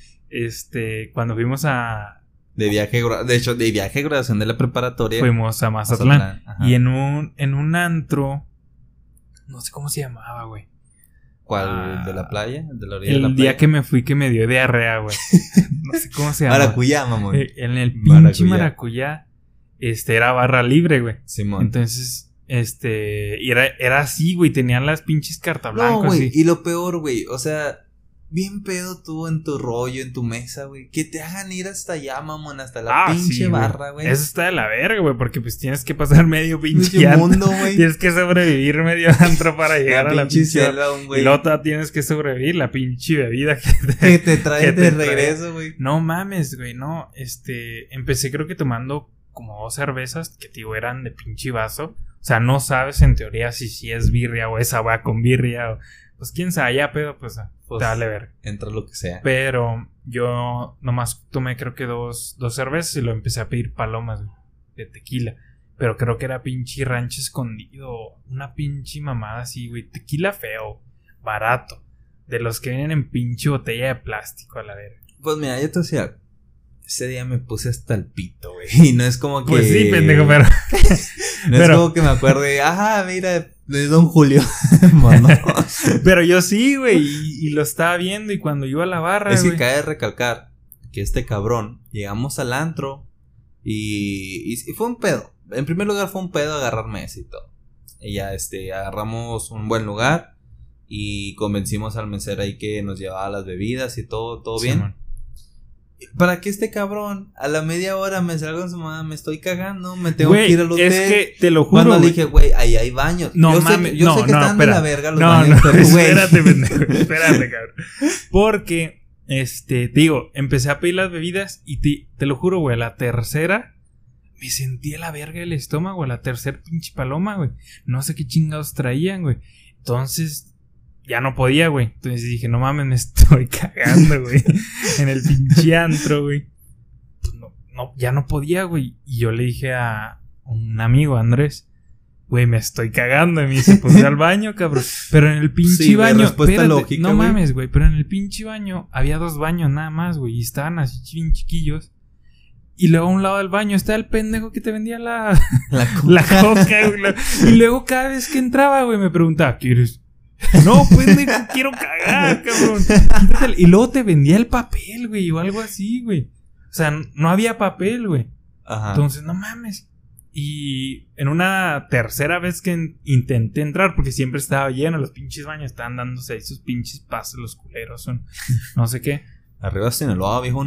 cuando fuimos De hecho, de viaje de graduación de la preparatoria. fuimos a Mazatlán. Ajá. Y en un antro, no sé cómo se llamaba, güey. ¿Cuál? ¿El de la playa? ¿El de la orilla de la El playa? día que me fui que me dio diarrea, güey. No sé cómo se llama. Maracuyá, mamón. En el pinche Maracuyá. Maracuyá, era barra libre, güey. Simón. Entonces, y era así, güey. Tenían las pinches carta No, blanco, güey. así. Y lo peor, güey. O sea, bien pedo tú en tu rollo, en tu mesa, güey. Que te hagan ir hasta allá, mamón. Hasta la pinche sí, barra, güey. Eso está de la verga, güey. Porque pues tienes que pasar medio pinche Pinche antro. mundo, güey. Tienes que sobrevivir medio antro para llegar a la pinche selva, Y güey. luego todavía tienes que sobrevivir la pinche bebida Que te trae que de te trae. regreso, güey. No mames, güey, no. Empecé creo que tomando como 2 cervezas que, tío, eran de pinche vaso. O sea, no sabes en teoría si es birria o es agua con birria o... Pues quién sabe, ya pedo, pues dale ver. Entra lo que sea. Pero yo nomás tomé creo que 2 cervezas y lo empecé a pedir palomas, güey, de tequila. Pero creo que era pinche rancho escondido. Una pinche mamada así, güey. Tequila feo. barato. De los que vienen en pinche botella de plástico a la verga. Pues mira, yo te decía, ese día me puse hasta el pito, güey. Y no es como que... Pues sí, pendejo, pero... no es como que me acuerde, mira, es Don Julio. Mano. Pero yo sí, güey, y lo estaba viendo y cuando iba a la barra, es que güey, cabe recalcar que este cabrón, llegamos al antro y fue un pedo. En primer lugar fue un pedo agarrar mesa y todo. Y ya, agarramos un buen lugar y convencimos al mesero ahí que nos llevaba las bebidas y todo sí, bien. man. Para que este cabrón a la media hora me salga con su mamá, me estoy cagando, me tengo Güey, que ir al hotel. es que te lo juro, cuando le güey. dije, güey, ahí hay baños. No yo mames, sé, yo sé que están de la verga los baños, pero güey. Espérate, pendejo, espérate, cabrón. Porque, te digo, empecé a pedir las bebidas y te lo juro, güey, a la tercera me sentí a la verga el estómago, a la tercera pinche paloma, güey. No sé qué chingados traían, güey. Entonces... ya no podía, güey. Entonces dije, no mames, me estoy cagando, güey. En el pinche antro, güey. Pues ya no podía, güey. Y yo le dije a un amigo, Andrés, güey, me estoy cagando. Y me dice, pues ve al baño, cabrón. Pero en el pinche sí, baño, respuesta lógica, no güey. mames, güey. Pero en el pinche baño había 2 baños nada más, güey. Y estaban así bien chiquillos. Y luego a un lado del baño estaba el pendejo que te vendía la coca, güey. Y luego cada vez que entraba, güey, me preguntaba, ¿quieres? No, pendejo, quiero cagar, cabrón. Quítatelo. Y luego te vendía el papel, güey, o algo así, güey. O sea, no había papel, güey. Ajá. Entonces, no mames. Y en una tercera vez que intenté entrar, porque siempre estaba lleno, los pinches baños estaban dándose ahí sus pinches pases, los culeros son, no sé qué. Arriba Sinaloa, viejo.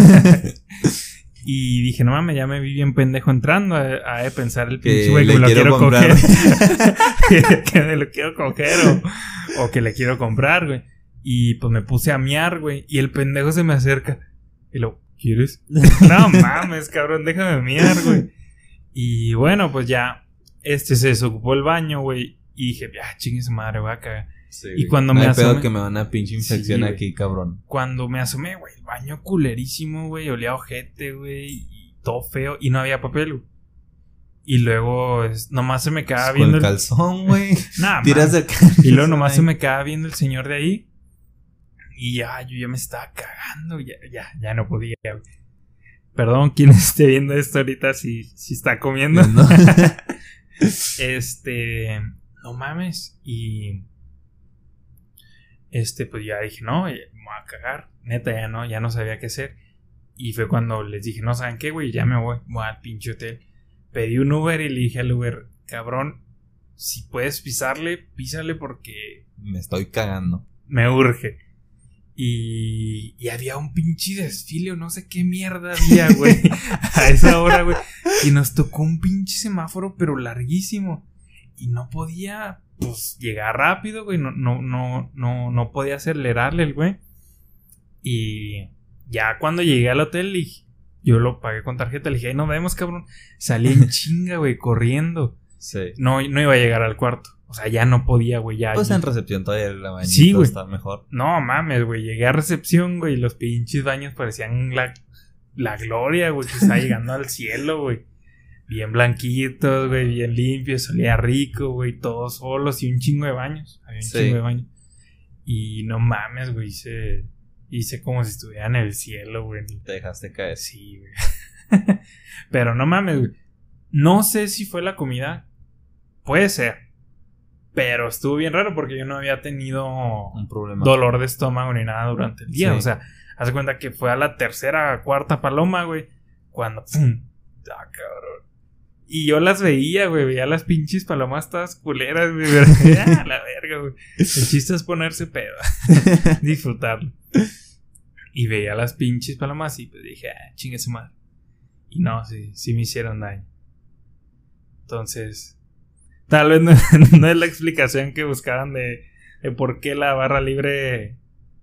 Y dije, no mames, ya me vi bien pendejo entrando a pensar el pinche Que güey que le me lo quiero comprar. coger. Que me lo quiero coger o que le quiero comprar, güey. Y pues me puse a miar, güey. Y el pendejo se me acerca. Y lo, ¿quieres? No mames, cabrón, déjame miar, güey. Y bueno, pues ya, se desocupó el baño, güey. Y dije, ya, chingue su madre, voy a cagar. Sí, y cuando no me hay asomé, pedo que me da una pinche infección sí, aquí, cabrón. cuando me asomé, güey, el baño culerísimo, güey, olía a ojete, güey, y todo feo, y no había papel, güey. Y luego nomás se me quedaba Pues viendo con el calzón, güey. Nada, Tiras man. el calzón. Y luego nomás se me quedaba viendo el señor de ahí. Y ya, yo ya me estaba cagando, ya no podía, güey. Perdón, quien esté viendo esto ahorita si está comiendo. No. No mames. Y pues ya dije, no, me voy a cagar. Neta, ya no sabía qué hacer. Y fue cuando les dije, no, ¿saben qué, güey? Ya me voy al pinche hotel. Pedí un Uber y le dije al Uber, cabrón, si puedes písale porque Me estoy cagando. me urge. Y había un pinche desfile o no sé qué mierda había, güey. A esa hora, güey. Y nos tocó un pinche semáforo, pero larguísimo. Y no podía, pues, llegar rápido, güey. No podía acelerarle el güey. Y ya cuando llegué al hotel, yo lo pagué con tarjeta. Le dije, ahí nos vemos, cabrón. Salí en chinga, güey, corriendo. Sí. No iba a llegar al cuarto. O sea, ya no podía, güey. Pues en recepción todavía la bañita sí, güey. está mejor. No mames, güey. Llegué a recepción, güey. Y los pinches baños parecían la gloria, güey. Que estaba llegando al cielo, güey. Bien blanquitos, güey. Bien limpios. Olía rico, güey. Todos solos y un chingo de baños. Había un chingo de baños. Y no mames, güey. Hice como si estuviera en el cielo, güey. Te dejaste caer. Sí, güey. Pero no mames, güey. No sé si fue la comida. Puede ser. Pero estuvo bien raro porque yo no había tenido un problema, dolor de estómago ni nada durante el día. Sí. O sea, haz de cuenta que fue a la tercera, cuarta paloma, güey. Cuando ¡pum! Cabrón. Y yo las veía, güey. Veía las pinches palomas todas culeras, güey. La verga, güey. El chiste es ponerse pedo. Disfrutarlo. Y veía las pinches palomas y pues dije, chingue su madre. Y no, sí me hicieron daño. Entonces, tal vez no es la explicación que buscaban de por qué la barra libre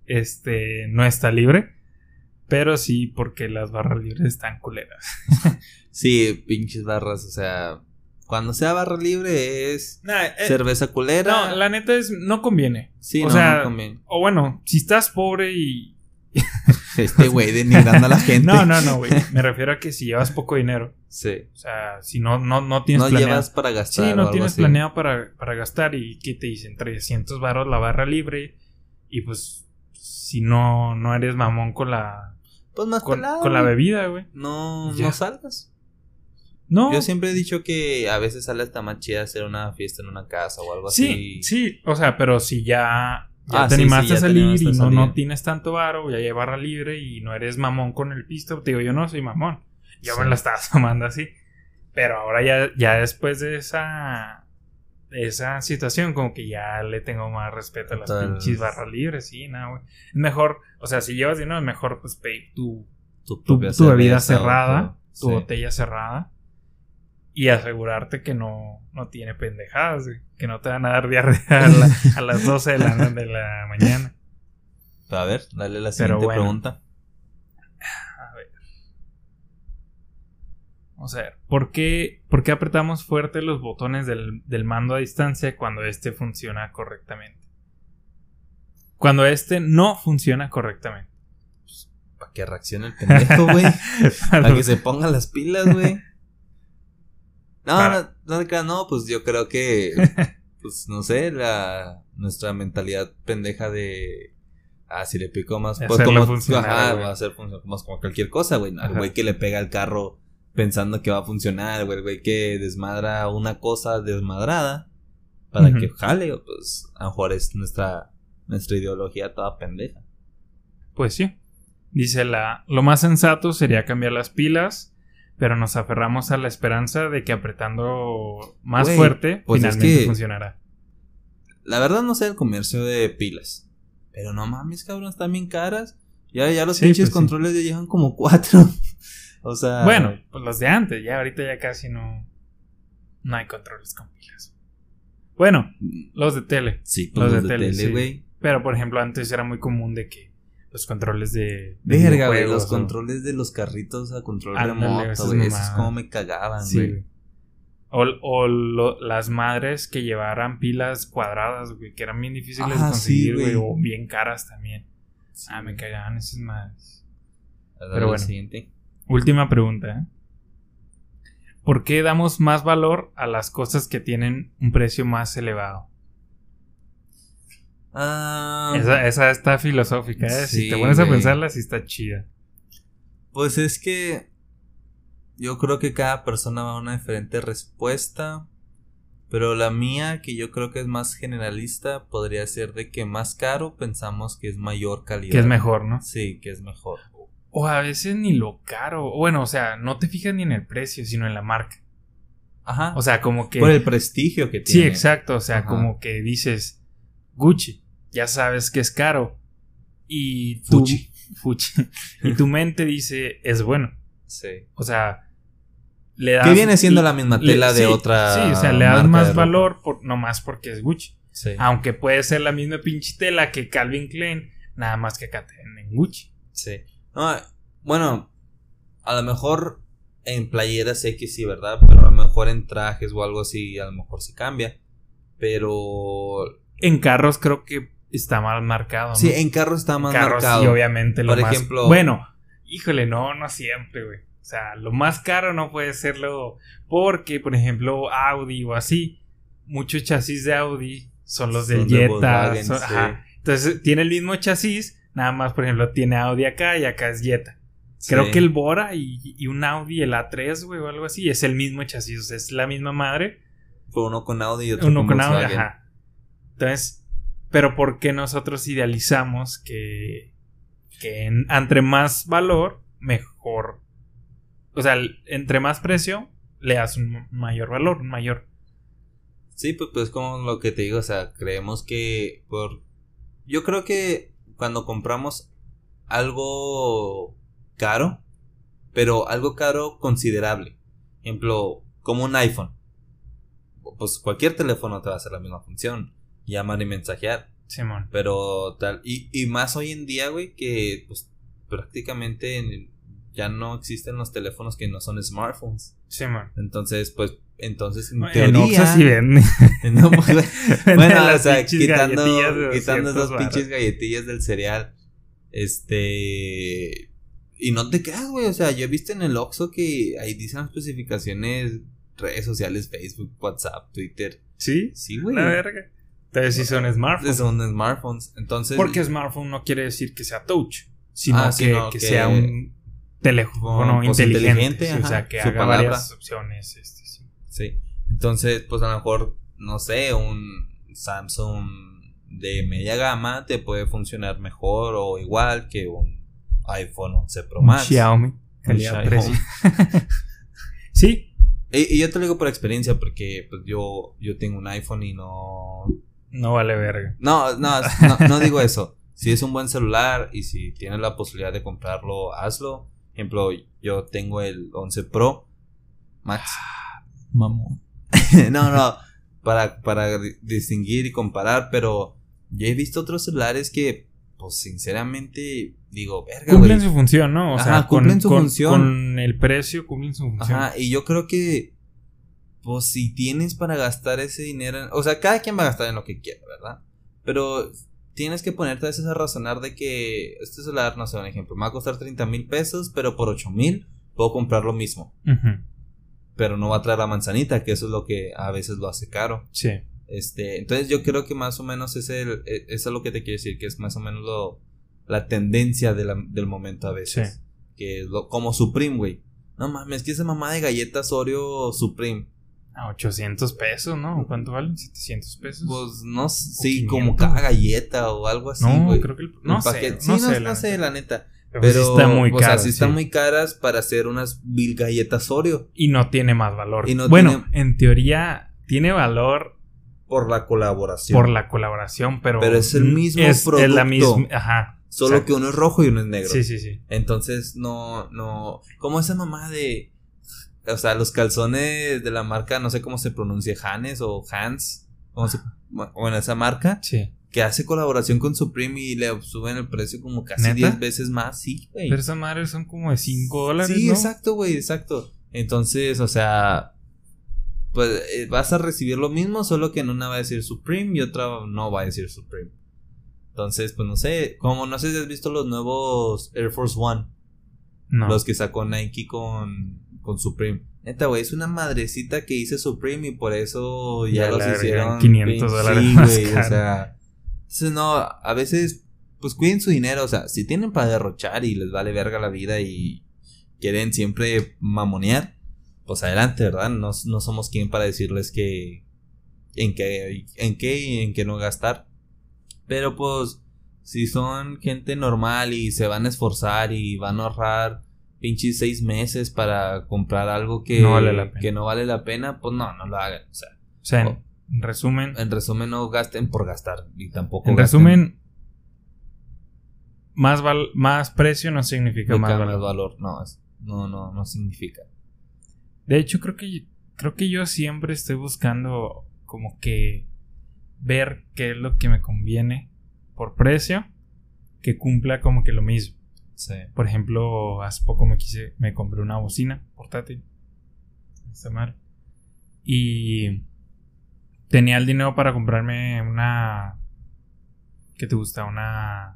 no está libre. Pero sí porque las barras libres están culeras. Sí, pinches barras, o sea, cuando sea barra libre es cerveza culera. No, la neta no conviene. Sí, o sea, no conviene. O bueno, si estás pobre y Este güey denigrando a la gente. No, güey. Me refiero a que si llevas poco dinero. Sí. O sea, si no tienes no planeado. llevas para gastar. Sí, o no algo tienes así. planeado para gastar. Y ¿qué te dicen? 300 varos la barra libre. Y pues, si no eres mamón con la... Pues más pelado, con la bebida, güey. No Ya. salgas. No. Yo siempre he dicho que a veces sale hasta más chida hacer una fiesta en una casa o algo así. Sí. O sea, pero si ya Ah, te sí, animaste sí, ya a te salir animaste y a no salir. tienes tanto varo, ya hay barra libre y no eres mamón con el pisto. Te digo, yo no soy mamón. Yo Sí. me la estaba tomando así. Pero ahora ya después de esa situación, como que ya le tengo más respeto a las Total. pinches barras libres. Sí, no, güey. Es mejor, o sea, si llevas dinero, es mejor pues pedir tu propia bebida cerveza o cerrada, tu sí. botella cerrada. Y asegurarte que no tiene pendejadas, güey. Que no te van a dar diarrea a las 12 de la mañana. A ver, dale la Pero siguiente bueno. pregunta. A ver. Vamos a ver. ¿Por qué apretamos fuerte los botones del mando a distancia cuando este funciona correctamente? Cuando este no funciona correctamente. Para que reaccione el pendejo, güey. Para que se pongan las pilas, güey. No, pues yo creo que, pues no sé, nuestra mentalidad pendeja de, si le pico más, pues hacerlo como, funcionar, ajá, güey. va a ser como cualquier cosa, güey. Ajá. El güey que le pega al carro pensando que va a funcionar, güey. El güey que desmadra una cosa desmadrada para Ujú. que jale, pues a lo mejor es nuestra ideología toda pendeja. Pues sí. Dice lo más sensato sería cambiar las pilas, pero nos aferramos a la esperanza de que apretando más Güey, fuerte pues es finalmente que- funcionará. La verdad no sé el comercio de pilas. Pero no mames, cabrón, están bien caras. Ya los Sí, pinches pues sí. controles ya llevan como 4. O sea... Bueno, pues los de antes, ya ahorita ya casi no hay controles con pilas. Bueno, los de tele. Sí, pues los de tele, sí. güey. Pero por ejemplo, antes era muy común de que los controles de Verga, güey, videojuegos los o- controles de los carritos a control Ándale, remoto, esas güey. Esos mamadas. como me cagaban, Sí, güey. güey. Las madres que llevaran pilas cuadradas, güey, que eran bien difíciles de Ah, conseguir, sí, güey, güey. o bien caras también. Sí, Me güey. cagaban esas madres. Dale Pero la bueno. siguiente. Última pregunta, ¿eh? ¿Por qué damos más valor a las cosas que tienen un precio más elevado? Esa está filosófica, ¿eh? Si Sí, te pones a güey. pensarla, sí está chida. Pues es que yo creo que cada persona va a una diferente respuesta. Pero la mía, que yo creo que es más generalista, podría ser de que más caro pensamos que es mayor calidad. Que es mejor, ¿no? Sí, que es mejor. O a veces ni lo caro. Bueno, o sea, no te fijas ni en el precio, sino en la marca. Ajá. O sea, como que... por el prestigio que Sí, tiene. exacto. O sea, Ajá. como que dices Gucci, ya sabes que es caro. Y tu Fuchi. Y tu mente dice, es bueno. Sí. O sea, le das... Que viene siendo la misma tela de otra. Sí, o sea, le das marca más de ropa. valor no más porque es Gucci. Sí. Aunque puede ser la misma pinche tela que Calvin Klein, nada más que acá en Gucci. Sí. No, bueno, a lo mejor en playeras X sí, ¿verdad? Pero a lo mejor en trajes o algo así, a lo mejor sí cambia. Pero... En carros creo que está mal marcado, ¿no? Sí, en carros está más carros marcado. sí, obviamente lo Por más... ejemplo... Bueno, híjole, no siempre, güey. O sea, lo más caro no puede serlo porque, por ejemplo, Audi o así, muchos chasis de Audi son los del Son de Jetta. Volkswagen, sí. Ajá. Entonces, tiene el mismo chasis, nada más, por ejemplo, tiene Audi acá y acá es Jetta. Sí. Creo que el Bora y un Audi, el A3, güey, o algo así, es el mismo chasis, o sea, es la misma madre. Fue uno con Audi y otro Uno con Audi, Volkswagen. ajá. Entonces, pero ¿por qué nosotros idealizamos que entre más valor, mejor? O sea, entre más precio, le das un mayor valor, un mayor. Sí, pues como lo que te digo, o sea, creemos que yo creo que cuando compramos algo caro, pero algo caro considerable, ejemplo, como un iPhone, pues cualquier teléfono te va a hacer la misma función, llamar y mensajear, Simón. pero tal, y más hoy en día, güey, que pues prácticamente ya no existen los teléfonos que no son smartphones. Simón. Entonces, en En teoría... Oxxo sí vende. No, pues, Venden bueno, o las sea, pinches quitando galletillas de esas 200 varos. pinches galletillas del cereal. Y no te creas, güey. O sea, yo he visto en el Oxxo que ahí dicen las especificaciones, redes sociales, Facebook, WhatsApp, Twitter. ¿Sí? Sí, güey. La verga. Entonces sí son smartphones. Son smartphones. Entonces. Porque smartphone no quiere decir que sea touch, sino que que sea un teléfono pues, inteligente. Sí, ajá, o sea, que su haga palabra. varias opciones. Sí. Sí. Entonces, pues a lo mejor, no sé, un Samsung de media gama te puede funcionar mejor o igual que un iPhone 11 Pro Max. Xiaomi. Calidad-precio. Sí. Y yo te lo digo por experiencia porque pues yo tengo un iPhone y no vale verga. No digo eso. Si es un buen celular y si tienes la posibilidad de comprarlo, hazlo. Por ejemplo, yo tengo el 11 Pro Max. Mamón. No, para distinguir y comparar, pero yo he visto otros celulares que, pues sinceramente, digo, verga, cumplen güey. su función, ¿no? O sea, cumplen su función. Con el precio cumplen su función. Ajá, y yo creo que, pues si tienes para gastar ese dinero, o sea, cada quien va a gastar en lo que quiera, ¿verdad? Pero tienes que ponerte a veces a razonar de que este celular, no sé, un ejemplo, me va a costar 30,000 pesos, pero por 8,000 puedo comprar lo mismo. Uh-huh. Pero no va a traer la manzanita, que eso es lo que a veces lo hace caro. Sí. Entonces yo creo que más o menos eso es lo que te quiero decir, que es más o menos la tendencia del momento a veces. Sí. Que es como Supreme, güey. No mames, que esa mamá de galletas Oreo Supreme. A 800 pesos, ¿no? ¿Cuánto valen? 700 pesos. Pues no sé, 500. como cada galleta o algo así, no, güey. creo que no sé, no sé, la neta. Pero sí está muy caro. O sea, sí están muy caras para hacer unas vil galletas Oreo. Y no tiene más valor. Y no bueno, en teoría tiene valor por la colaboración. pero es el mismo producto. Es la misma, ajá. Solo exacto. que uno es rojo y uno es negro. Sí. Entonces, no. Como esa mamá de. O sea, los calzones de la marca, no sé cómo se pronuncia, Hanes o Hans. Bueno, esa marca. Sí. Que hace colaboración con Supreme y le suben el precio como casi ¿Neta? 10 veces más. Sí, güey. Pero esas madres son como de $5, sí, ¿no? exacto, güey, exacto. Entonces, o sea, pues vas a recibir lo mismo, solo que en una va a decir Supreme y otra no va a decir Supreme. Entonces, pues no sé, como no sé si has visto los nuevos Air Force One. No. Los que sacó Nike con Supreme. Neta, güey, es una madrecita que hice Supreme y por eso ya los hicieron $500 sí, más güey, caro. o sea, entonces no, a veces pues cuiden su dinero, o sea, si tienen para derrochar y les vale verga la vida y quieren siempre mamonear, pues adelante, ¿verdad? No somos quien para decirles que en qué no gastar. Pero pues si son gente normal y se van a esforzar y van a ahorrar pinches 6 meses para comprar algo que no vale la pena, que no vale la pena, pues no lo hagan. O sea, en resumen, no gasten por gastar y tampoco en gasten, resumen, más precio no significa más valor. No significa. De hecho, creo que yo siempre estoy buscando como que ver qué es lo que me conviene por precio, que cumpla como que lo mismo. Sí. Por ejemplo, hace poco me compré una bocina portátil. Esta madre. Y tenía el dinero para comprarme una. ¿Qué te gusta? Una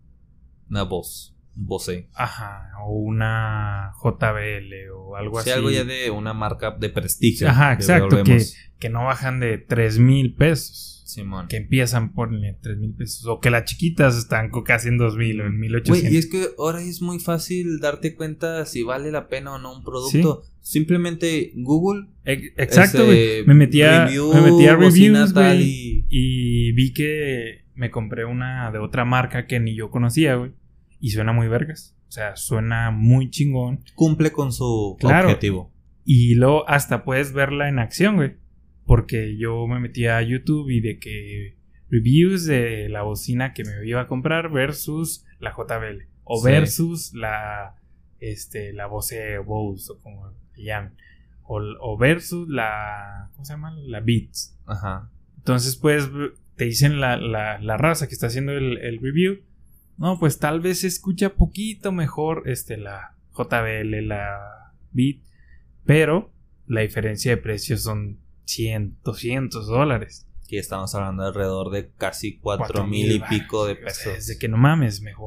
Bose. Ajá. O una JBL o algo así. Sí, algo ya de una marca de prestigio. Ajá, exacto. Que no bajan de 3,000 pesos. Simón. Que empiezan por 3,000 pesos. O que las chiquitas están casi en 2,000 o en 1,800. Güey, y es que ahora es muy fácil darte cuenta si vale la pena o no un producto. ¿Sí? Simplemente Google. Exacto, güey. Me metí a reviews, güey. Y vi que me compré una de otra marca que ni yo conocía, güey. Y suena muy vergas. O sea, suena muy chingón. Cumple con su objetivo. Y luego hasta puedes verla en acción, güey. Porque yo me metí a YouTube y de que reviews de la bocina que me iba a comprar versus la JBL. O sí. Versus la Bose Bose o como se llaman. O versus la... ¿Cómo se llama? La Beats. Ajá. Entonces pues te dicen la raza que está haciendo el review. No, pues tal vez se escucha poquito mejor la JBL, la Beat. Pero la diferencia de precios son $200. Que estamos hablando de alrededor de casi 4,000 y pico de pesos. O sea, es de que no mames, mejor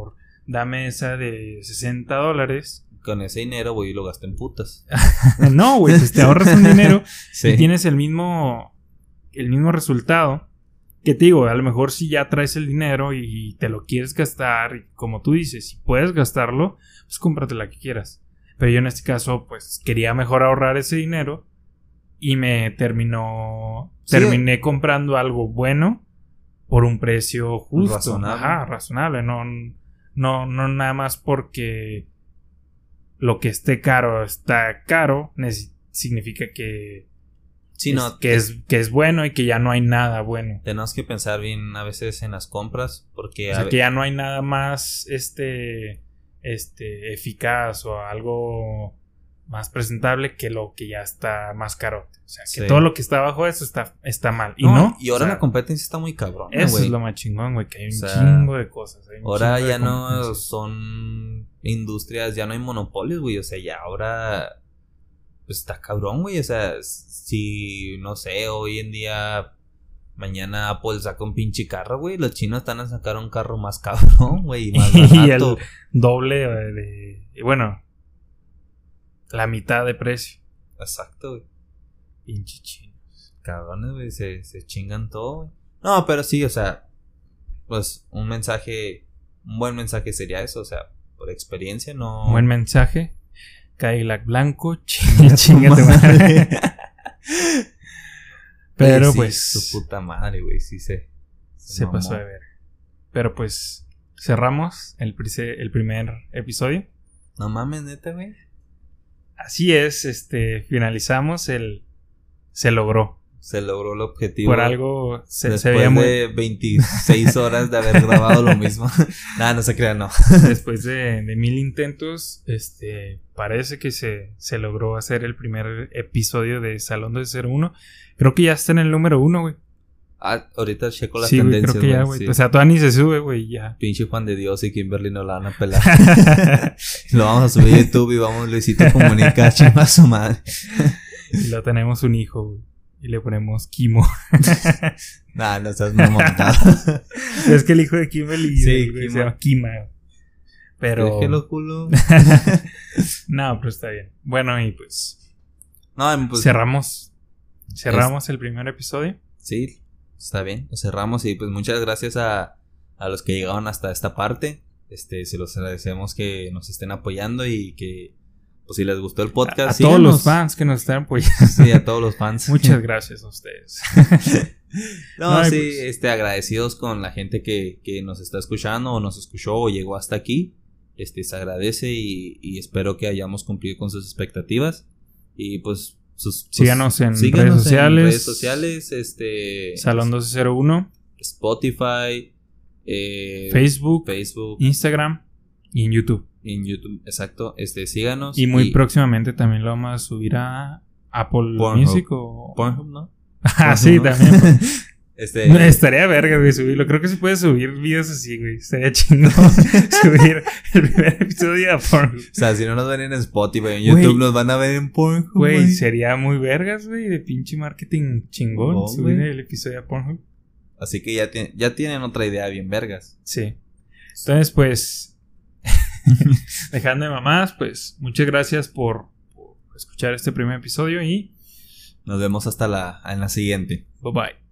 dame esa de $60. Con ese dinero voy y lo gasto en putas. No, güey, pues te ahorras un dinero Sí. y tienes el mismo resultado. Que te digo, a lo mejor si ya traes el dinero y te lo quieres gastar, y como tú dices, si puedes gastarlo, pues cómprate la que quieras. Pero yo en este caso, pues quería mejor ahorrar ese dinero y terminé comprando algo bueno por un precio justo. Razonable. Ajá, razonable. No nada más porque lo que esté caro está caro, significa que Sí, no, que es bueno y que ya no hay nada bueno. tenemos que pensar bien a veces en las compras porque O sea, que ya no hay nada más eficaz o algo más presentable que lo que ya está más caro. O sea, que Sí. todo lo que está abajo de eso está mal. Y y ahora o sea, la competencia está muy cabrona, eso güey. es lo más chingón, güey, que hay un O sea, chingo de cosas. Hay un Ahora chingo de ya no competencias. son industrias, ya no hay monopolios, güey. O sea, ya ahora pues está cabrón, güey. O sea, si no sé, hoy en día, mañana Apple saca un pinche carro, güey. Los chinos están a sacar un carro más cabrón, güey, y más Y barato. el doble y bueno, la mitad de precio. Exacto, güey. Pinche chino. Cabrones, güey, se chingan todo, güey. No, pero sí, o sea, pues un buen mensaje sería eso, o sea, por experiencia no... Buen mensaje. Cadillac blanco, chingate madre. Pero Oye, sí, pues su puta madre, güey, sí se mamó. pasó de ver. Pero pues cerramos el primer episodio. No mames, neta, güey. Así es, finalizamos se logró. Se logró el objetivo. Por algo se después veía muy de 26 horas de haber grabado lo mismo. Nada, no se crean, no. después de 1000 intentos, parece que se logró hacer el primer episodio de Salón 201. Creo que ya está en el número 1, güey. Ah, ahorita checo las Sí, güey, tendencias, creo que ya, güey. sí. O sea, todavía ni se sube, güey, ya. Pinche Juan de Dios y Kimberly no la van a pelar. Lo vamos a subir a YouTube y vamos Luisito Comunica, chinga su madre. Y lo tenemos un hijo, güey. Y le ponemos Kimo. Nah, no seas mamón. Es que el hijo de Kimberly Sí, güey, Kimo. se llama Kima. Pero Déjelo, culo. no, pero está bien. Bueno, y pues No, pues cerramos el primer episodio. sí, está bien. Lo cerramos y pues muchas gracias a los que llegaron hasta esta parte. Se los agradecemos que nos estén apoyando y que pues si les gustó el podcast, A síganos. todos los fans que nos están apoyando. Sí, a todos los fans. Muchas gracias a ustedes. No, No, y sí, pues- agradecidos con la gente que nos está escuchando o nos escuchó o llegó hasta aquí. Se agradece y espero que hayamos cumplido con sus expectativas. Y pues Síganos en síganos redes sociales. redes sociales, Salón 201, Spotify, Facebook, Facebook Instagram y en YouTube. y en YouTube, exacto. Síganos. Y muy próximamente también lo vamos a subir a Apple Pornhub. Music o... Pornhub, ¿no? Ah, sí, ¿no? también. Pues. Este, Estaría verga, güey, subirlo. Creo que se puede subir videos así, güey. Estaría chingón subir el primer episodio a Pornhub. o sea, si no nos ven en Spotify, en Güey. YouTube nos van a ver en Pornhub, Güey, sería muy vergas, güey, de pinche marketing chingón No, subir güey. el episodio a Pornhub. Así que ya tienen otra idea bien vergas. Sí. Entonces, pues, dejando de mamadas, pues, muchas gracias por escuchar este primer episodio y Nos vemos hasta en la siguiente. bye bye.